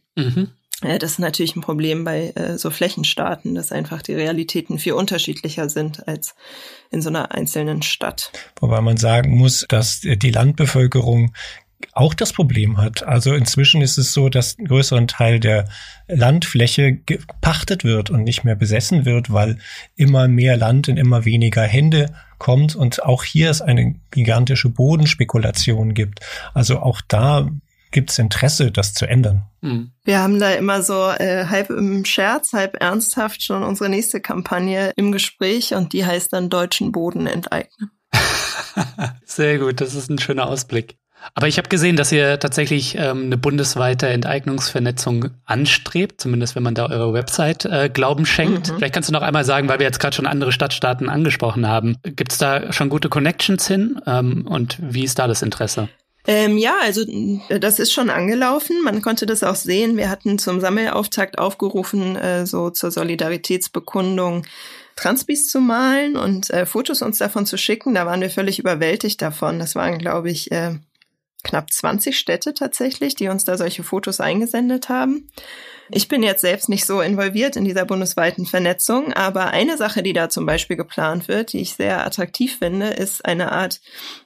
Das ist natürlich ein Problem bei so Flächenstaaten, dass einfach die Realitäten viel unterschiedlicher sind als in so einer einzelnen Stadt. Wobei man sagen muss, dass die Landbevölkerung auch das Problem hat. Also inzwischen ist es so, dass ein größeren Teil der Landfläche gepachtet wird und nicht mehr besessen wird, weil immer mehr Land in immer weniger Hände kommt und auch hier es eine gigantische Bodenspekulation gibt. Also auch da gibt es Interesse, das zu ändern. Wir haben da immer so halb im Scherz, halb ernsthaft schon unsere nächste Kampagne im Gespräch und die heißt dann Deutschen Boden enteignen. Sehr gut, das ist ein schöner Ausblick. Aber ich habe gesehen, dass ihr tatsächlich eine bundesweite Enteignungsvernetzung anstrebt, zumindest wenn man da eurer Website Glauben schenkt. Vielleicht kannst du noch einmal sagen, weil wir jetzt gerade schon andere Stadtstaaten angesprochen haben. Gibt es da schon gute Connections hin und wie ist da das Interesse? Ja, also das ist schon angelaufen. Man konnte das auch sehen. Wir hatten zum Sammelauftakt aufgerufen, so zur Solidaritätsbekundung Transbis zu malen und Fotos uns davon zu schicken. Da waren wir völlig überwältigt davon. Das waren, glaube ich, knapp 20 Städte tatsächlich, die uns da solche Fotos eingesendet haben. Ich bin jetzt selbst nicht so involviert in dieser bundesweiten Vernetzung, aber eine Sache, die da zum Beispiel geplant wird, die ich sehr attraktiv finde, ist eine Art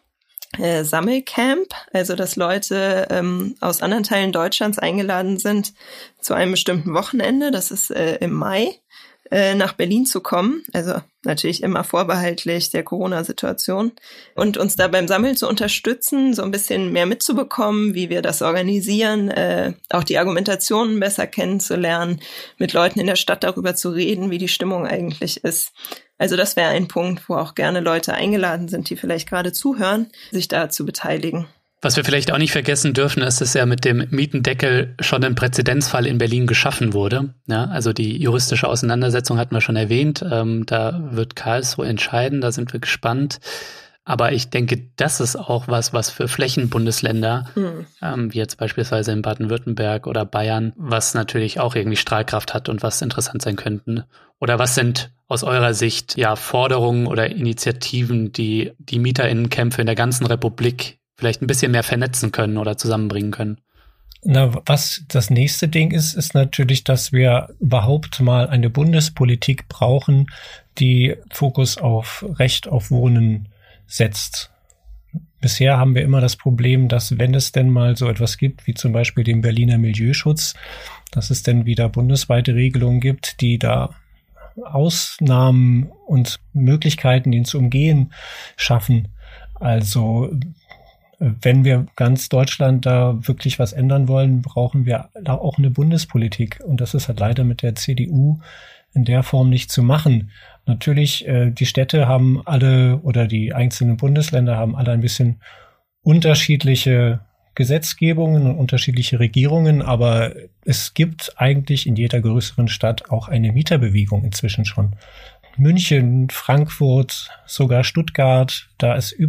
Sammelcamp, also dass Leute aus anderen Teilen Deutschlands eingeladen sind zu einem bestimmten Wochenende, das ist im Mai, nach Berlin zu kommen, also natürlich immer vorbehaltlich der Corona-Situation, und uns da beim Sammeln zu unterstützen, so ein bisschen mehr mitzubekommen, wie wir das organisieren, auch die Argumentationen besser kennenzulernen, mit Leuten in der Stadt darüber zu reden, wie die Stimmung eigentlich ist. Also das wäre ein Punkt, wo auch gerne Leute eingeladen sind, die vielleicht gerade zuhören, sich da zu beteiligen. Was wir vielleicht auch nicht vergessen dürfen, ist, dass ja mit dem Mietendeckel schon ein Präzedenzfall in Berlin geschaffen wurde. Ja, also die juristische Auseinandersetzung hatten wir schon erwähnt. Da wird Karlsruhe entscheiden, da sind wir gespannt. Aber ich denke, das ist auch was für Flächenbundesländer, wie jetzt beispielsweise in Baden-Württemberg oder Bayern, was natürlich auch irgendwie Strahlkraft hat und was interessant sein könnten. Oder was sind aus eurer Sicht ja Forderungen oder Initiativen, die die MieterInnenkämpfe in der ganzen Republik vielleicht ein bisschen mehr vernetzen können oder zusammenbringen können? Na, was das nächste Ding ist natürlich, dass wir überhaupt mal eine Bundespolitik brauchen, die Fokus auf Recht auf Wohnen setzt. Bisher haben wir immer das Problem, dass wenn es denn mal so etwas gibt, wie zum Beispiel den Berliner Milieuschutz, dass es denn wieder bundesweite Regelungen gibt, die da Ausnahmen und Möglichkeiten, ihn zu umgehen, schaffen. Also wenn wir ganz Deutschland da wirklich was ändern wollen, brauchen wir da auch eine Bundespolitik. Und das ist halt leider mit der CDU in der Form nicht zu machen. Natürlich, die Städte haben alle oder die einzelnen Bundesländer haben alle ein bisschen unterschiedliche Gesetzgebungen und unterschiedliche Regierungen, aber es gibt eigentlich in jeder größeren Stadt auch eine Mieterbewegung inzwischen schon. München, Frankfurt, sogar Stuttgart, da ist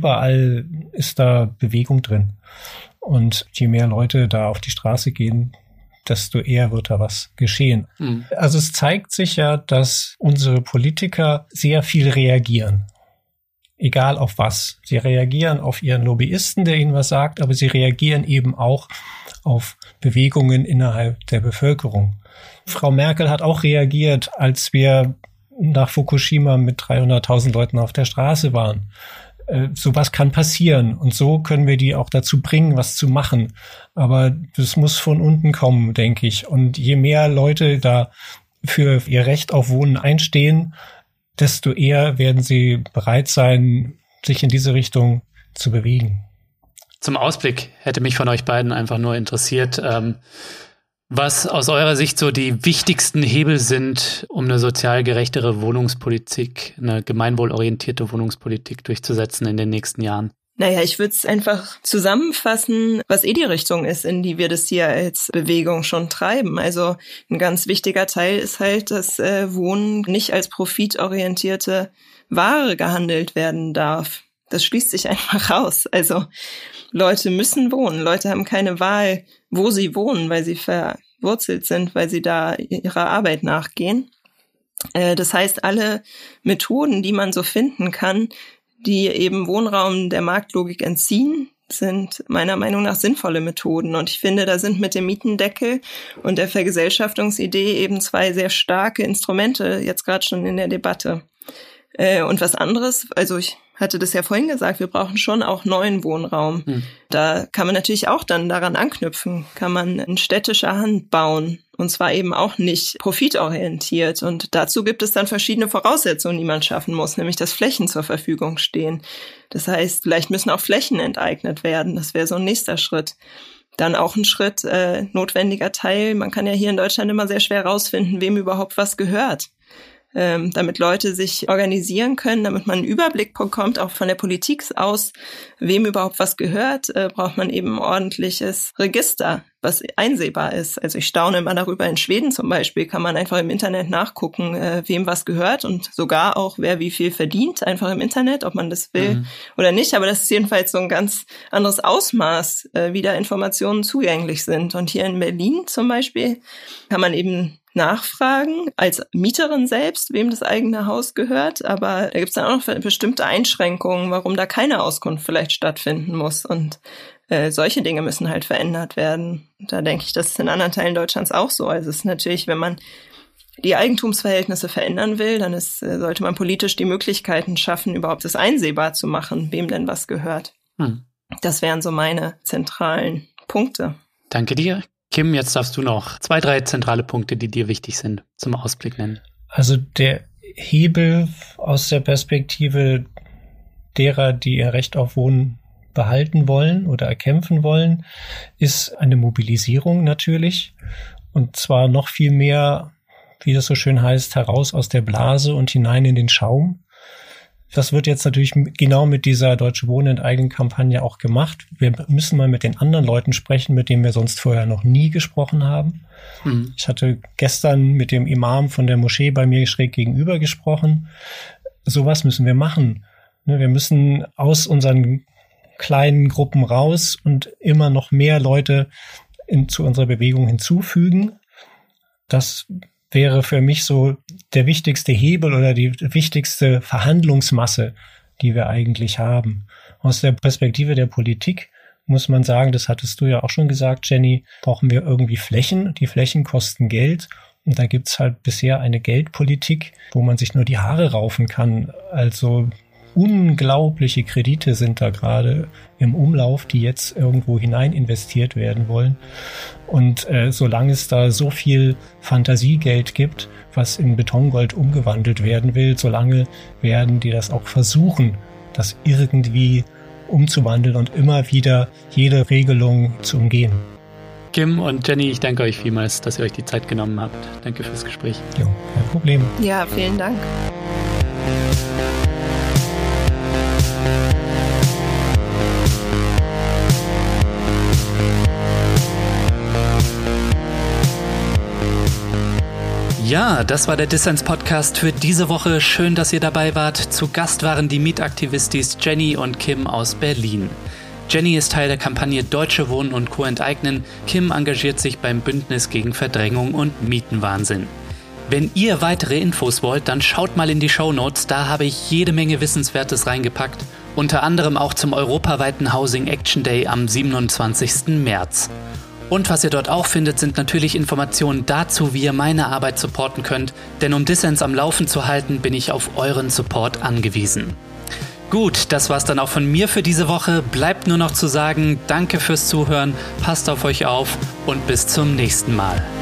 da Bewegung drin. Und je mehr Leute da auf die Straße gehen, desto eher wird da was geschehen. Mhm. Also es zeigt sich ja, dass unsere Politiker sehr viel reagieren. Egal auf was. Sie reagieren auf ihren Lobbyisten, der ihnen was sagt, aber sie reagieren eben auch auf Bewegungen innerhalb der Bevölkerung. Frau Merkel hat auch reagiert, als wir nach Fukushima mit 300.000 Leuten auf der Straße waren. Sowas kann passieren und so können wir die auch dazu bringen, was zu machen. Aber das muss von unten kommen, denke ich. Und je mehr Leute da für ihr Recht auf Wohnen einstehen, desto eher werden sie bereit sein, sich in diese Richtung zu bewegen. Zum Ausblick hätte mich von euch beiden einfach nur interessiert, was aus eurer Sicht so die wichtigsten Hebel sind, um eine sozial gerechtere Wohnungspolitik, eine gemeinwohlorientierte Wohnungspolitik durchzusetzen in den nächsten Jahren. Naja, ich würde es einfach zusammenfassen, was die Richtung ist, in die wir das hier als Bewegung schon treiben. Also ein ganz wichtiger Teil ist halt, dass Wohnen nicht als profitorientierte Ware gehandelt werden darf. Das schließt sich einfach raus. Also Leute müssen wohnen. Leute haben keine Wahl, wo sie wohnen, weil sie verwurzelt sind, weil sie da ihrer Arbeit nachgehen. Das heißt, alle Methoden, die man so finden kann, die eben Wohnraum der Marktlogik entziehen, sind meiner Meinung nach sinnvolle Methoden. Und ich finde, da sind mit dem Mietendeckel und der Vergesellschaftungsidee eben zwei sehr starke Instrumente, jetzt gerade schon in der Debatte. Und was anderes, also ich hatte das ja vorhin gesagt, wir brauchen schon auch neuen Wohnraum. Da kann man natürlich auch dann daran anknüpfen, kann man in städtischer Hand bauen. Und zwar eben auch nicht profitorientiert. Und dazu gibt es dann verschiedene Voraussetzungen, die man schaffen muss, nämlich dass Flächen zur Verfügung stehen. Das heißt, vielleicht müssen auch Flächen enteignet werden. Das wäre so ein nächster Schritt. Dann auch ein Schritt, notwendiger Teil. Man kann ja hier in Deutschland immer sehr schwer rausfinden, wem überhaupt was gehört. Damit Leute sich organisieren können, damit man einen Überblick bekommt, auch von der Politik aus, wem überhaupt was gehört, braucht man eben ein ordentliches Register. was einsehbar ist. Also ich staune immer darüber, in Schweden zum Beispiel kann man einfach im Internet nachgucken, wem was gehört und sogar auch, wer wie viel verdient, einfach im Internet, ob man das will oder nicht. Aber das ist jedenfalls so ein ganz anderes Ausmaß, wie da Informationen zugänglich sind. Und hier in Berlin zum Beispiel kann man eben nachfragen, als Mieterin selbst, wem das eigene Haus gehört. Aber da gibt es dann auch noch bestimmte Einschränkungen, warum da keine Auskunft vielleicht stattfinden muss. Und solche Dinge müssen halt verändert werden. Da denke ich, das ist in anderen Teilen Deutschlands auch so. Also es ist natürlich, wenn man die Eigentumsverhältnisse verändern will, dann sollte man politisch die Möglichkeiten schaffen, überhaupt das einsehbar zu machen, wem denn was gehört. Das wären so meine zentralen Punkte. Danke dir. Kim, jetzt darfst du noch 2, 3 zentrale Punkte, die dir wichtig sind, zum Ausblick nennen. Also der Hebel aus der Perspektive derer, die ihr Recht auf Wohnen behalten wollen oder erkämpfen wollen, ist eine Mobilisierung natürlich. Und zwar noch viel mehr, wie das so schön heißt, heraus aus der Blase und hinein in den Schaum. Das wird jetzt natürlich genau mit dieser Deutsche Wohnen enteignen Kampagne auch gemacht. Wir müssen mal mit den anderen Leuten sprechen, mit denen wir sonst vorher noch nie gesprochen haben. Ich hatte gestern mit dem Imam von der Moschee bei mir schräg gegenüber gesprochen. Sowas müssen wir machen. Wir müssen aus unseren kleinen Gruppen raus und immer noch mehr Leute zu unserer Bewegung hinzufügen. Das wäre für mich so der wichtigste Hebel oder die wichtigste Verhandlungsmasse, die wir eigentlich haben. Aus der Perspektive der Politik muss man sagen, das hattest du ja auch schon gesagt, Jenny, brauchen wir irgendwie Flächen. Die Flächen kosten Geld. Und da gibt's halt bisher eine Geldpolitik, wo man sich nur die Haare raufen kann. Also unglaubliche Kredite sind da gerade im Umlauf, die jetzt irgendwo hinein investiert werden wollen. Und solange es da so viel Fantasiegeld gibt, was in Betongold umgewandelt werden will, solange werden die das auch versuchen, das irgendwie umzuwandeln und immer wieder jede Regelung zu umgehen. Kim und Jenny, ich danke euch vielmals, dass ihr euch die Zeit genommen habt. Danke fürs Gespräch. Jo, kein Problem. Ja, vielen Dank. Ja, das war der Dissens-Podcast für diese Woche. Schön, dass ihr dabei wart. Zu Gast waren die Mietaktivistis Jenny und Kim aus Berlin. Jenny ist Teil der Kampagne Deutsche Wohnen und Co. enteignen. Kim engagiert sich beim Bündnis gegen Verdrängung und Mietenwahnsinn. Wenn ihr weitere Infos wollt, dann schaut mal in die Shownotes. Da habe ich jede Menge Wissenswertes reingepackt. Unter anderem auch zum europaweiten Housing Action Day am 27. März. Und was ihr dort auch findet, sind natürlich Informationen dazu, wie ihr meine Arbeit supporten könnt. Denn um Dissens am Laufen zu halten, bin ich auf euren Support angewiesen. Gut, das war's dann auch von mir für diese Woche. Bleibt nur noch zu sagen, danke fürs Zuhören, passt auf euch auf und bis zum nächsten Mal.